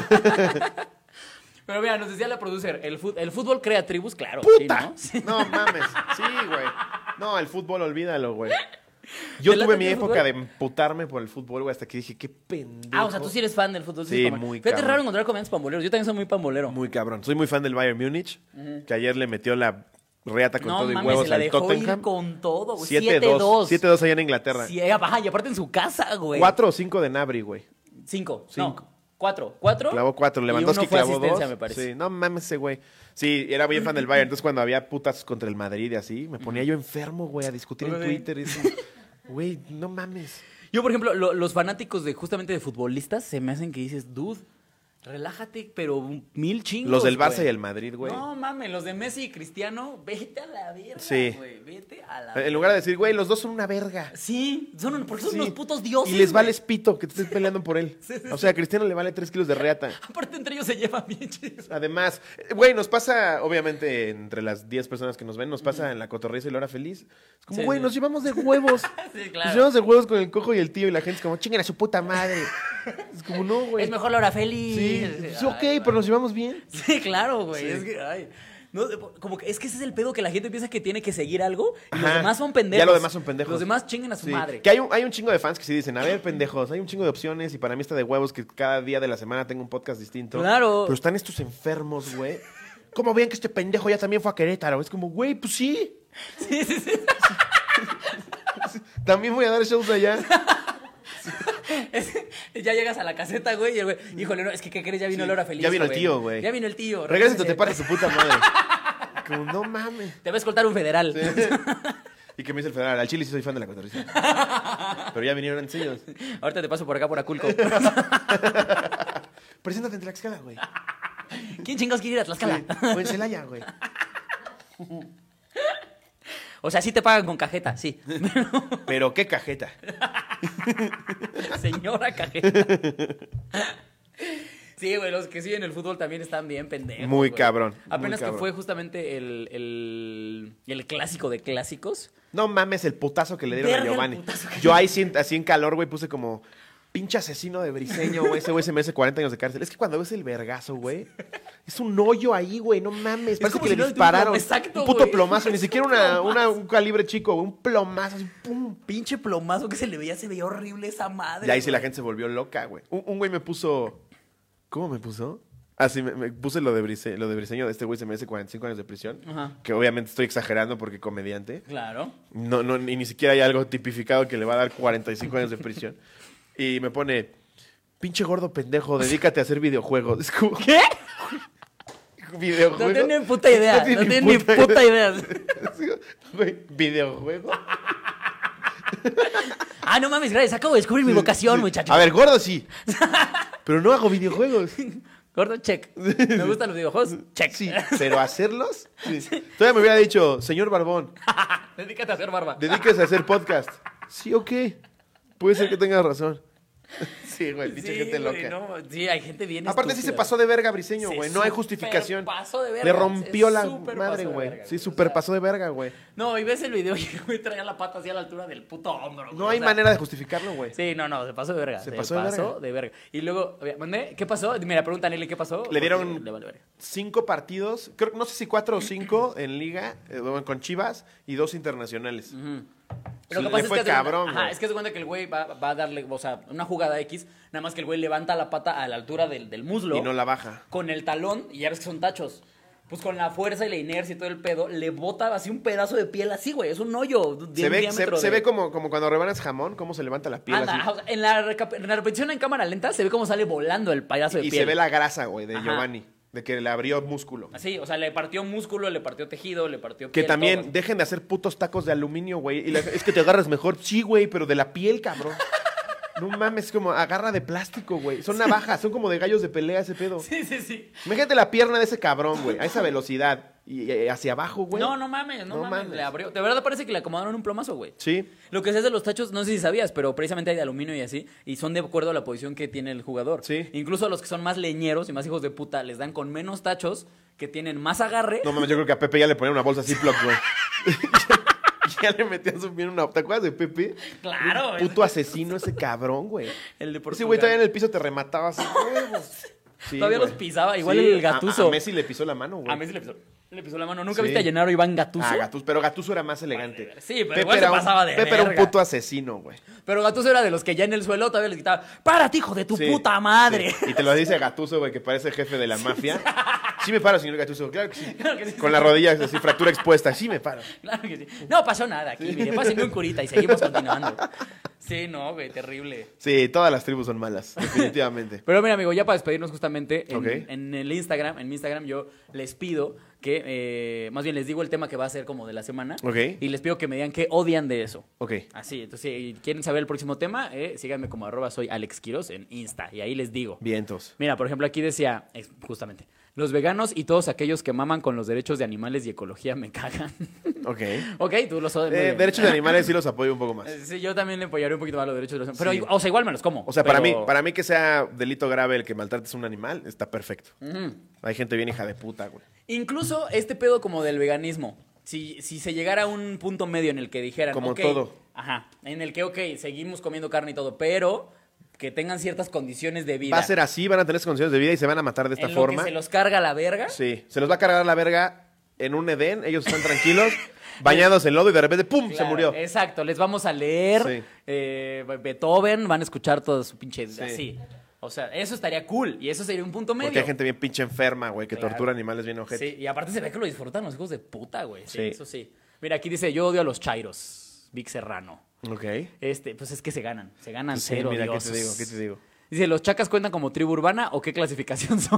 Pero mira, nos decía la producer, el, fut- el fútbol crea tribus, claro. ¡Puta! Sí, ¿no? No mames. Sí, güey. No, el fútbol, olvídalo, güey. Yo ¿Te late tuve mi el época fútbol? de emputarme por el fútbol, güey, hasta que dije, qué pendejo. Ah, o sea, tú sí eres fan del fútbol. Sí, como- muy Fíjate, es cabrón. raro encontrar comediantes pamboleros. Yo también soy muy pambolero. Muy cabrón. Soy muy fan del Bayern Múnich, que ayer le metió la reata con no todo y mames, huevos se la al dejó Tottenham. ir con todo, güey. siete siete dos. dos. siete dos allá en Inglaterra. Sí, ajá, y aparte en su casa, güey. Cuatro o cinco de Nabri, güey. Cinco. Cinco. No, cuatro. Cuatro. Clavó cuatro. y Lewandowski uno fue clavó asistencia, dos. me parece. Sí, no mames ese güey. Sí, era bien fan del Bayern. Entonces cuando había putas contra el Madrid y así, me ponía yo enfermo, güey, a discutir en Sí. Twitter. Y eso. Güey, no mames. Yo, por ejemplo, lo- los fanáticos de justamente de futbolistas se me hacen que dices, dude, relájate, pero un- mil chingos. Los del Barça güey. y el Madrid, güey. No mames, los de Messi y Cristiano, vete a la verga, Sí. güey. Vete a la En lugar de decir, güey, los dos son una verga. Sí, son, un- porque son Sí. unos putos dioses. Y les güey. vale pito que te estés peleando por él. Sí, sí, O sea, a Cristiano le vale tres kilos de reata. Aparte, entre ellos se llevan bien chidos. Además, eh, güey, nos pasa, obviamente, entre las diez personas que nos ven, nos pasa en la cotorriza y la hora feliz. Es como, Sí, güey, sí. nos llevamos de huevos. Sí, claro. Nos llevamos de huevos con el cojo y el tío y la gente es como, chinguen a su puta madre. Es como, no, güey. Es mejor la hora feliz. Sí, Sí, sí, ok, ay, pero nos llevamos bien. Sí, claro, güey. Sí. Es que, ay. No, como que es que ese es el pedo que la gente piensa que tiene que seguir algo y los Ajá. demás son pendejos. Ya los demás son pendejos. Los demás chinguen a su Sí. madre. Que hay un, hay un chingo de fans que sí dicen, a ver, pendejos, hay un chingo de opciones y para mí está de huevos que cada día de la semana tengo un podcast distinto. Claro. Pero están estos enfermos, güey. ¿Cómo ven que este pendejo ya también fue a Querétaro? Es como, güey, pues sí. Sí, sí, sí. También voy a dar shows allá. Es- ya llegas a la caseta, güey, y el güey, híjole, no, es que, ¿qué crees? Ya vino Sí, la hora feliz. ya vino el tío, güey. Ya vino el tío. Regresa o regrésese. te pares su puta madre. Como, no mames. Te va a escoltar un federal. Y que me dice el federal, al chile sí soy fan de la cotorriza. Pero ya vinieron antes ellos. Ahorita te paso por acá por Aculco. Preséntate en Tlaxcala, güey. ¿Quién chingados quiere ir a Tlaxcala? Sí, o en Celaya, güey. O sea, sí te pagan con cajeta, sí. Pero qué cajeta. Señora cajeta. Sí, güey, los que siguen el fútbol también están bien pendejos. Muy güey. cabrón. Apenas muy que cabrón. fue justamente el, el, el clásico de clásicos. No mames el putazo que le dieron Verga a el Giovanni. putazo que- Yo ahí sí, así en calor, güey, puse como pinche asesino de Briseño, güey. Ese güey se merece cuarenta años de cárcel. Es que cuando ves el vergazo, güey, es un hoyo ahí, güey. No mames. Parece como que si le no le dispararon. tuviera- Exacto, un puto güey. plomazo. Ni siquiera una, una- un calibre chico, güey. Un plomazo. Así, pum. Pinche plomazo que se le veía, se veía horrible esa madre. Y ahí sí güey. la gente se volvió loca, güey. Un, un güey me puso... ¿Cómo me puso? Ah, sí, me, me puse lo de, Brice, lo de Briseño. De este güey se merece cuarenta y cinco años de prisión. Ajá. Que obviamente estoy exagerando porque comediante. Claro. No, no, ni, ni siquiera hay algo tipificado que le va a dar cuarenta y cinco años de prisión. Y me pone, pinche gordo pendejo, dedícate a hacer videojuegos. Es como, ¿Qué? ¿videojuegos? No tiene ni puta idea. No tiene ni puta idea. Güey, ¿videojuego? Ah, no mames, gracias. Acabo de descubrir mi vocación, Sí. muchacho. A ver, gordo sí. Pero no hago videojuegos. Gordo, check. Me gustan los videojuegos, check. Sí, pero hacerlos. Sí. Todavía me hubiera dicho, señor Barbón, Dedícate a hacer barba. dedíquese a hacer podcast. Sí, ok. Puede ser que tengas razón. Sí, güey, pinche Sí, gente güey, loca. no, sí, hay gente bien Aparte sí se estúpida. pasó de verga Briseño, Se güey. No hay super justificación. pasó de verga, Le rompió se la super madre, pasó de güey. verga, Sí, güey. super O sea, pasó de verga, güey. No, y ves el video y el güey traía la pata así a la altura del puto hombro. No güey, hay o sea, manera de justificarlo, güey. Sí, no, no, se pasó de verga. Se pasó de verga. de verga. Y luego, ¿mandé? ¿Qué pasó? Mira, pregunta a Nelly, ¿qué pasó? Le dieron- Porque le vale verga. Cinco partidos, creo que no sé si cuatro o cinco en liga, eh, bueno, con Chivas y dos internacionales. Lo que Le pasa es fue que haz de cuenta- cabrón, ajá, güey. es que se cuenta que el güey va, va a darle, o sea, una jugada X, nada más que el güey levanta la pata a la altura del, del muslo. Y no la baja. Con el talón, y ya ves que son tachos. Pues con la fuerza y la inercia y todo el pedo, le bota así un pedazo de piel así, güey. Es un hoyo de Se un ve, se, diámetro se de- ve como, como cuando rebanas jamón, cómo se levanta la piel Anda, así. o sea, en, la recap- en la repetición en cámara lenta se ve cómo sale volando el pedazo de Y piel. se ve la grasa, güey, de Ajá. Giovanni. De que le abrió músculo. Así, o sea, le partió músculo, le partió tejido, le partió Que piel, también todo. dejen de hacer putos tacos de aluminio, güey. Y la- es que te agarras mejor. Sí, güey, pero de la piel, cabrón. No mames, es como agarra de plástico, güey. Son navajas, son como de gallos de pelea ese pedo. Sí, sí, sí. Imagínate la pierna de ese cabrón, güey. A esa velocidad. Y eh, hacia abajo, güey. No, no mames, no, No mames. mames. Le abrió. De verdad parece que le acomodaron un plomazo, güey. Sí. Lo que se hace de los tachos, no sé si sabías, pero precisamente hay de aluminio y así, y son de acuerdo a la posición que tiene el jugador. Sí. Incluso a los que son más leñeros y más hijos de puta, les dan con menos tachos, que tienen más agarre. No mames, yo creo que a Pepe ya le ponían una bolsa Ziploc, güey. ya, ya le metían su bien una. ¿Te acuerdas de Pepe? Claro, Un puto asesino ese cabrón, güey. El de Ese Portugal. güey todavía en el piso te remataba así. huevos. Sí, Todavía güey. los pisaba, igual Sí, el a- Gattuso. A, Messi le pisó la mano, güey. A Messi le pisó, le pisó la mano. ¿Nunca Sí. viste a Llenaro Iván Gattuso? Ah, Gattuso, pero Gattuso era más elegante. Sí, pero igual se era un- pasaba de Pepe era un verga. puto asesino, güey. Pero Gattuso era de los que ya en el suelo todavía les gritaba, ¡párate, hijo de tu Sí, puta madre! sí. Y te lo dice Gattuso, güey, que parece jefe de la mafia. Sí me paro, señor Gattuso. Claro que sí. Claro que sí. Con la rodilla así, fractura expuesta. Sí me paro. Claro que sí. No pasó nada aquí, mire, pásenme un curita y seguimos continuando. Sí, no, güey, terrible. Sí, todas las tribus son malas, definitivamente. Pero mira, amigo, ya para despedirnos justamente, en, Ok. en el Instagram, en mi Instagram yo les pido que, eh, más bien les digo el tema que va a ser como de la semana. Ok. Y les pido que me digan qué odian de eso. Ok. Así, entonces, si quieren saber el próximo tema, eh, síganme como arroba soy Alex Quiroz en Insta. Y ahí les digo. Vientos. Mira, por ejemplo, aquí decía, eh, justamente, los veganos y todos aquellos que maman con los derechos de animales y ecología me cagan. Ok. Ok, tú los odias. muy Eh, bien. derechos de animales sí los apoyo un poco más. Eh, Sí, yo también le apoyaré un poquito más los derechos de los animales. Pero, Sí. o sea, igual me los como. O sea, para pero- mí, para mí que sea delito grave el que maltrates a un animal, está perfecto. Ujú. Hay gente bien hija de puta, güey. Incluso este pedo como del veganismo. Si, si se llegara a un punto medio en el que dijeran, Como ok, todo. Ajá, en el que, ok, seguimos comiendo carne y todo, pero que tengan ciertas condiciones de vida. Va a ser así, van a tener esas condiciones de vida y se van a matar de esta en lo forma. que se los carga la verga. Sí, se los va a cargar la verga en un Edén, ellos están tranquilos, bañados en lodo y de repente ¡pum! se Claro, murió. Exacto, les vamos a leer Sí. eh, Beethoven, van a escuchar todo su pinche Sí. así. O sea, eso estaría cool y eso sería un punto medio. Porque hay gente bien pinche enferma, güey, que Claro. tortura animales bien ojetes. Sí, y aparte se ve que lo disfrutan los hijos de puta, güey. Sí, Sí. eso sí. Mira, aquí dice, yo odio a los chairos. Vic Serrano. Ok. Este, pues es que se ganan. Se ganan Sí, cero mira, ¿qué diosos. te digo? ¿Qué te digo? Dice, ¿los chacas cuentan como tribu urbana o qué clasificación son?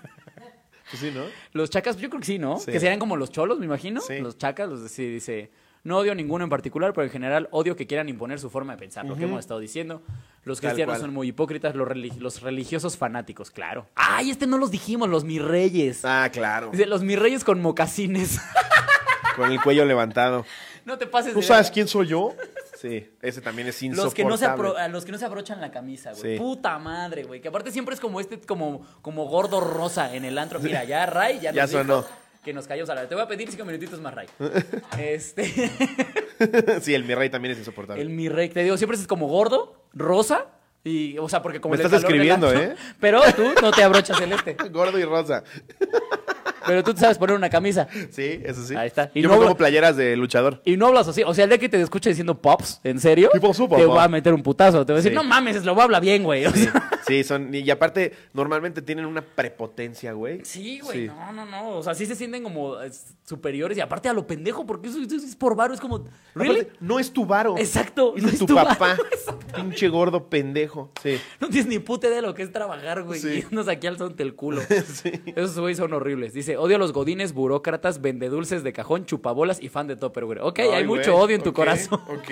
Pues sí, ¿no? Los chacas, yo creo que sí, ¿no? Sí. Que serían como los cholos, me imagino. Sí. Los chacas, los de, sí, dice. No odio ninguno en particular, pero en general odio que quieran imponer su forma de pensar, lo que hemos estado diciendo. Los Tal cristianos cual. son muy hipócritas, los, religi- los religiosos fanáticos, claro. ¡Ay, este no los dijimos! Los mis reyes. Ah, claro. Dice, los mis reyes con mocasines. Con el cuello levantado. No te pases ¿Tú de sabes verga. quién soy yo? Sí, ese también es insoportable. Los que, no se apro- a los que no se abrochan la camisa, güey. Sí. Puta madre, güey. Que aparte siempre es como este, como, como gordo rosa en el antro. Mira, ya Ray ya, Ya nos dijo sonó. que nos callamos a la vez. Te voy a pedir cinco minutitos más, Ray. este... Sí, el mi rey también es insoportable. El mi rey, te digo, siempre es como gordo, rosa. Y, o sea, porque como Me el estás calor del escribiendo, antro, ¿eh? Pero tú no te abrochas el este. Gordo y rosa. Pero tú te sabes poner una camisa. Sí, eso sí. Ahí está. Y Yo no me pongo hablo- playeras de luchador. Y no hablas así. O sea, el día que te escuche diciendo pops, ¿en serio? ¿Qué pasó, papá? Te voy a meter un putazo. Te voy a decir, Sí. no mames, lo habla bien, güey. O Sí, sea, sí, son. Y aparte, normalmente tienen una prepotencia, güey. sí, güey. Sí. No, no, no. O sea, sí se sienten como eh, superiores. Y aparte a lo pendejo, porque eso, eso es por varo. Es como, ¿really? Aparte, no es tu varo. Exacto, Es no de es tu, tu varo, papá. Pinche gordo pendejo. Sí. No tienes ni puta idea de lo que es trabajar, güey. Sí. Y andas aquí al son del culo. Sí. Esos güeyes son horribles. Dice, odio a los godines, burócratas, vendedulces de cajón, chupabolas y fan de Tupperware. Ok, hay Ay, mucho güey. odio en tu Ok, corazón. Ok.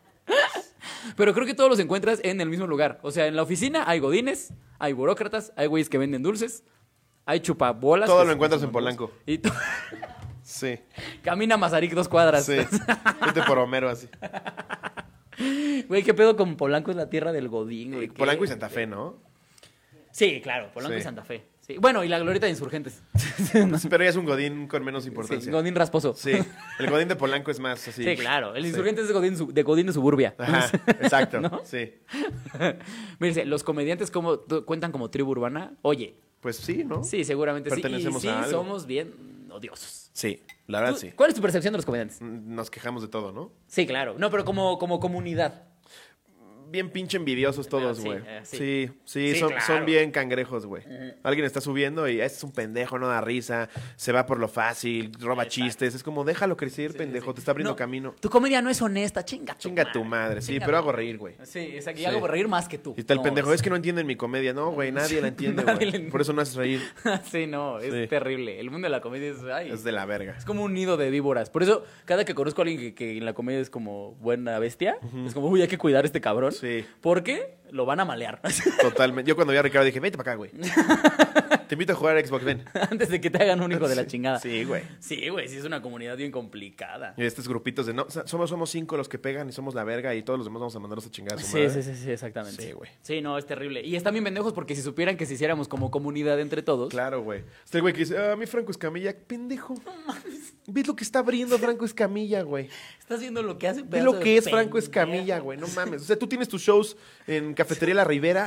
Pero creo que todos los encuentras en el mismo lugar. O sea, en la oficina hay godines, hay burócratas, hay güeyes que venden dulces, hay chupabolas. Todo que lo son- encuentras son en dulces. Polanco. Y tú- Sí. camina Mazarik dos cuadras. Sí. Vete por Homero así. Güey, ¿qué pedo con Polanco? Es la tierra del godín, güey. ¿Qué? Polanco y Santa Fe, ¿no? Sí, claro, Polanco Sí. y Santa Fe. Sí. Bueno, y la glorieta de Insurgentes. Pero ya es un godín con menos Sí, importancia. godín rasposo. Sí. El godín de Polanco es más así. Sí, claro. El Sí. Insurgentes es de godín, su- de godín de suburbia. Ajá, exacto. ¿No? Sí. Mire, los comediantes como, tu- cuentan como tribu urbana. Oye, Pues sí, ¿no? sí, seguramente sí. Y Pertenecemos sí, a algo. somos bien odiosos. Sí, la verdad ¿Tú- sí. ¿Cuál es tu percepción de los comediantes? Nos quejamos de todo, ¿no? Sí, claro. No, pero como, como comunidad. Bien pinche envidiosos todos, Sí, güey. eh, sí. sí, sí, Sí, son, claro. son bien cangrejos, güey. Alguien está subiendo y este es un pendejo, no da risa, se va por lo fácil, roba Exacto. chistes. Es como, déjalo crecer, pendejo, sí. te está abriendo No, camino. Tu comedia no es honesta, chinga tu Chinga tu madre, sí, Chinga pero tu hago reír, güey. Sí, exacto. Y Sí. hago reír más que tú. Y está el No, pendejo, es que no entienden mi comedia. No, güey, nadie la entiende, Nadie güey. la entiende. Por eso no haces reír. Sí, no, es Sí. terrible. El mundo de la comedia es... ay, Es de la verga. es como un nido de víboras. Por eso, cada que conozco a alguien que, que en la comedia es como buena bestia, es como, uy, hay que cuidar a este cabrón. Sí. Porque lo van a malear. Totalmente. Yo cuando vi a Ricardo dije, vete para acá, güey. Te invito a jugar a Xbox, ven. Antes de que te hagan un hijo de la chingada. Sí, güey. Sí, güey, sí es una comunidad bien complicada. Y estos grupitos de no, o sea, somos, somos cinco los que pegan y somos la verga y todos los demás vamos a mandarlos a chingar a su Sí, madre. sí, sí, sí, exactamente. Sí, güey. Sí, no, es terrible. Y están bien pendejos porque si supieran que si hiciéramos como comunidad entre todos. Claro, güey. Este güey que dice, ah, mi Franco Escamilla, pendejo. ¿Ves lo que está abriendo Franco Escamilla, güey? Estás viendo lo que hace. Ve pedazo lo de que es Franco pendejo. Escamilla, güey. No mames. O sea, tú tienes tus shows en Cafetería La Ribera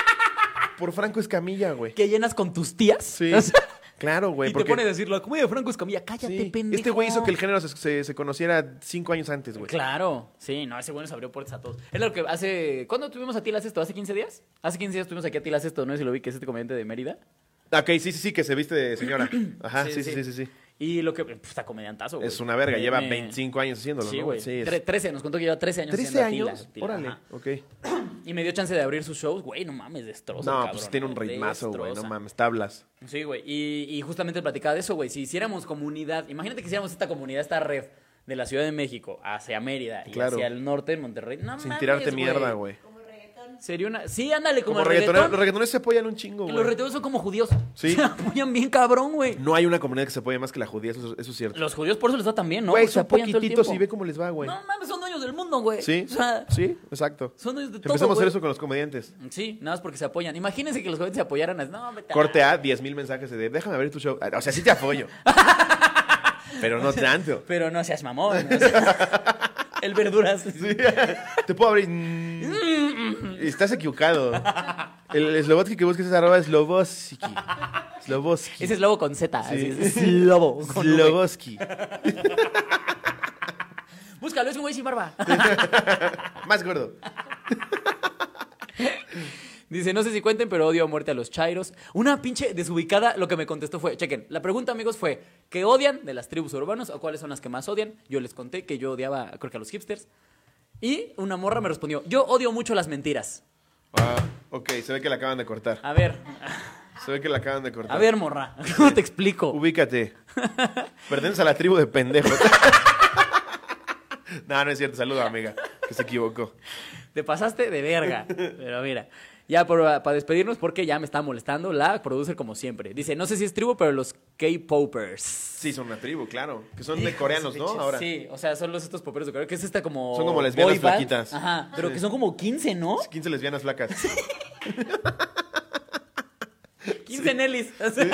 por Franco Escamilla, güey. Que llenas con tus tías. Sí. O sea, Claro, güey. y porque- te pones a decir la comedia de Franco Escamilla. Cállate, Sí. pendejo. Este güey hizo que el género se, se- se conociera cinco años antes, güey. Claro, sí, no, ese güey nos abrió puertas a todos. Es lo que hace. ¿Cuándo tuvimos a Tilas esto? ¿Hace quince días? Hace quince días tuvimos aquí a Tilas esto, ¿no? Si lo vi, que es este comediante de Mérida. Ok, sí, sí, sí, que se viste de señora. Ajá, sí, sí, sí, sí. sí. Y lo que. Pues, está comediantazo, güey. Es una verga, Me- lleva me- veinticinco años haciéndolo, Sí, ¿no? güey. Sí, es- Tre- trece, nos contó que lleva trece años ¿trece haciendo a años? Tila, Tila, Órale, ajá. ok. Y me dio chance de abrir sus shows, güey, no mames, destroza. No, cabrón, pues tiene un ¿no? ritmazo, güey, no Destroza. mames, tablas. Sí, güey. Y, y justamente platicaba de eso, güey. Si hiciéramos comunidad, imagínate que hiciéramos esta comunidad, esta red de la Ciudad de México hacia Mérida y Claro. hacia el norte de Monterrey. No Sin mames, tirarte mierda, güey. Sería una. Sí, ándale, como, Como el reggaetoneros, reggaetón. los reggaetoneros se apoyan un chingo, Que güey. los reggaetoneros son como judíos. Sí. Se apoyan bien cabrón, güey. No hay una comunidad que se apoye más que la judía, eso, eso es cierto. Los judíos por eso les va tan bien, ¿no? Güey, Porque se son apoyan todo el poquititos y tiempo. ve cómo les va, güey. No mames, son dueños del mundo, güey. Sí, O sea, sí, exacto. son dueños de todo. Empezamos a hacer güey. eso con los comediantes. Sí, nada más porque se apoyan. Imagínense que los comediantes se apoyaran. a- No, vete a- Corte A, diez mil mensajes de déjame abrir tu show. O sea, sí te apoyo. Pero no tanto. Pero no seas mamón. o sea, el verduras. Sí. Te puedo abrir. Mm. Estás equivocado. El Slobotsky que busques es arroba Slobotsky. Slobotsky. Ese es lobo con Z. Sí. Así es, es lobo. con V. Slobotsky. Búscalo, es un güey sin barba. Más gordo. Dice, no sé si cuenten, pero odio a muerte a los chairos. Una pinche desubicada, lo que me contestó fue, chequen, la pregunta, amigos, fue, ¿qué odian de las tribus urbanas o cuáles son las que más odian? Yo les conté que yo odiaba, creo que a los hipsters. Y una morra me respondió, yo odio mucho las mentiras. Ah, ok, se ve que la acaban de cortar. A ver, Se ve que la acaban de cortar. a ver, morra, ¿cómo te explico? Ubícate. Perteneces a la tribu de pendejos. No, no es cierto. Saluda, amiga, que se equivocó. Te pasaste de verga. Pero mira, ya por- para despedirnos, porque ya me está molestando la producer como siempre. Dice, no sé si es tribu, pero los K-popers. Sí, son una tribu, claro. Que son de Hijos coreanos, de ¿no? ch- Ahora. Sí, o sea, son los estos poperos de Corea, que es esta como... Son como lesbianas boy band. flaquitas. Ajá, pero Sí. que son como quince, ¿no? quince lesbianas flacas. quince Nellis. O sea,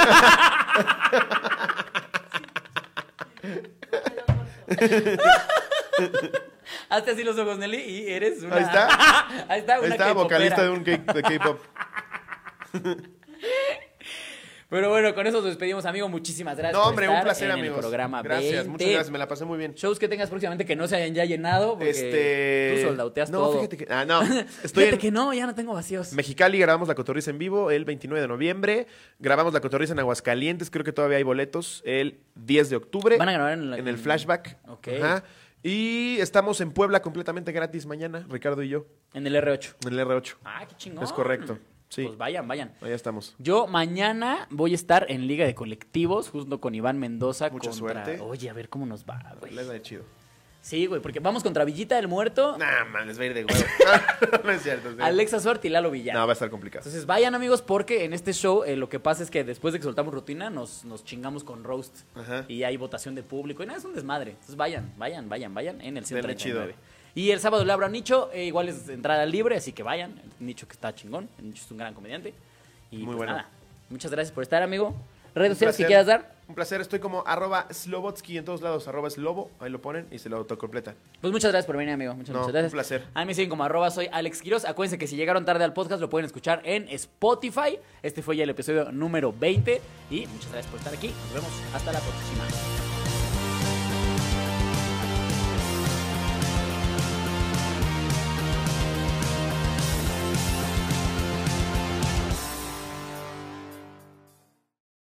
hazte así los ojos, Nelly, y eres una... Ahí está. Ahí está, una Ahí está, K-popera. vocalista de un K- de K-pop. Pero bueno, con eso nos despedimos, amigo. Muchísimas gracias No, por hombre, estar un placer, en amigos. el programa Gracias, veinte. muchas gracias. Me la pasé muy bien. Shows que tengas próximamente que no se hayan ya llenado, porque Este. tú soldauteas no, todo. fíjate que. Ah, no. Estoy Fíjate en que no, ya no tengo vacíos. Mexicali, grabamos La Cotorrisa en vivo el veintinueve de noviembre. Grabamos La Cotorrisa en Aguascalientes, creo que todavía hay boletos, el diez de octubre. Van a grabar en, la- En el flashback. Ok. Ajá. Y estamos en Puebla completamente gratis mañana, Ricardo y yo, En el R ocho. en el R ocho. Ah, qué chingón. Es correcto. Sí. Pues vayan, vayan. Allá estamos. Yo mañana voy a estar en Liga de Colectivos, junto con Iván Mendoza. Mucha contra... suerte. Oye, a ver cómo nos va, güey. Les da de chido. Sí, güey, porque vamos contra Villita del Muerto, Nah, man, les va a ir de huevo. No es cierto. sí. Alexa Suerte y Lalo Villar. No, va a estar complicado. Entonces vayan, amigos, porque en este show eh, lo que pasa es que después de que soltamos rutina nos, nos chingamos con roast. Ajá. Y hay votación de público y nada, es un desmadre. Entonces vayan, vayan, vayan, vayan en el ciento Denle treinta y nueve. chido. Y el sábado le abro a Nicho, eh, igual es entrada libre, así que vayan. Nicho que está chingón, Nicho es un gran comediante. Y Muy pues bueno. nada, muchas gracias por estar, amigo. Redes Un sociales que placer. quieras dar. Un placer, estoy como arroba Slobotsky en todos lados, arroba Slobo, ahí lo ponen y se lo autocompleta. Pues muchas gracias por venir, amigo. Muchas, No, muchas gracias. un placer. A mí me siguen como arroba soy Alex Quiroz. Acuérdense que si llegaron tarde al podcast lo pueden escuchar en Spotify. Este fue ya el episodio número veinte. Y muchas gracias por estar aquí. Nos vemos hasta la próxima.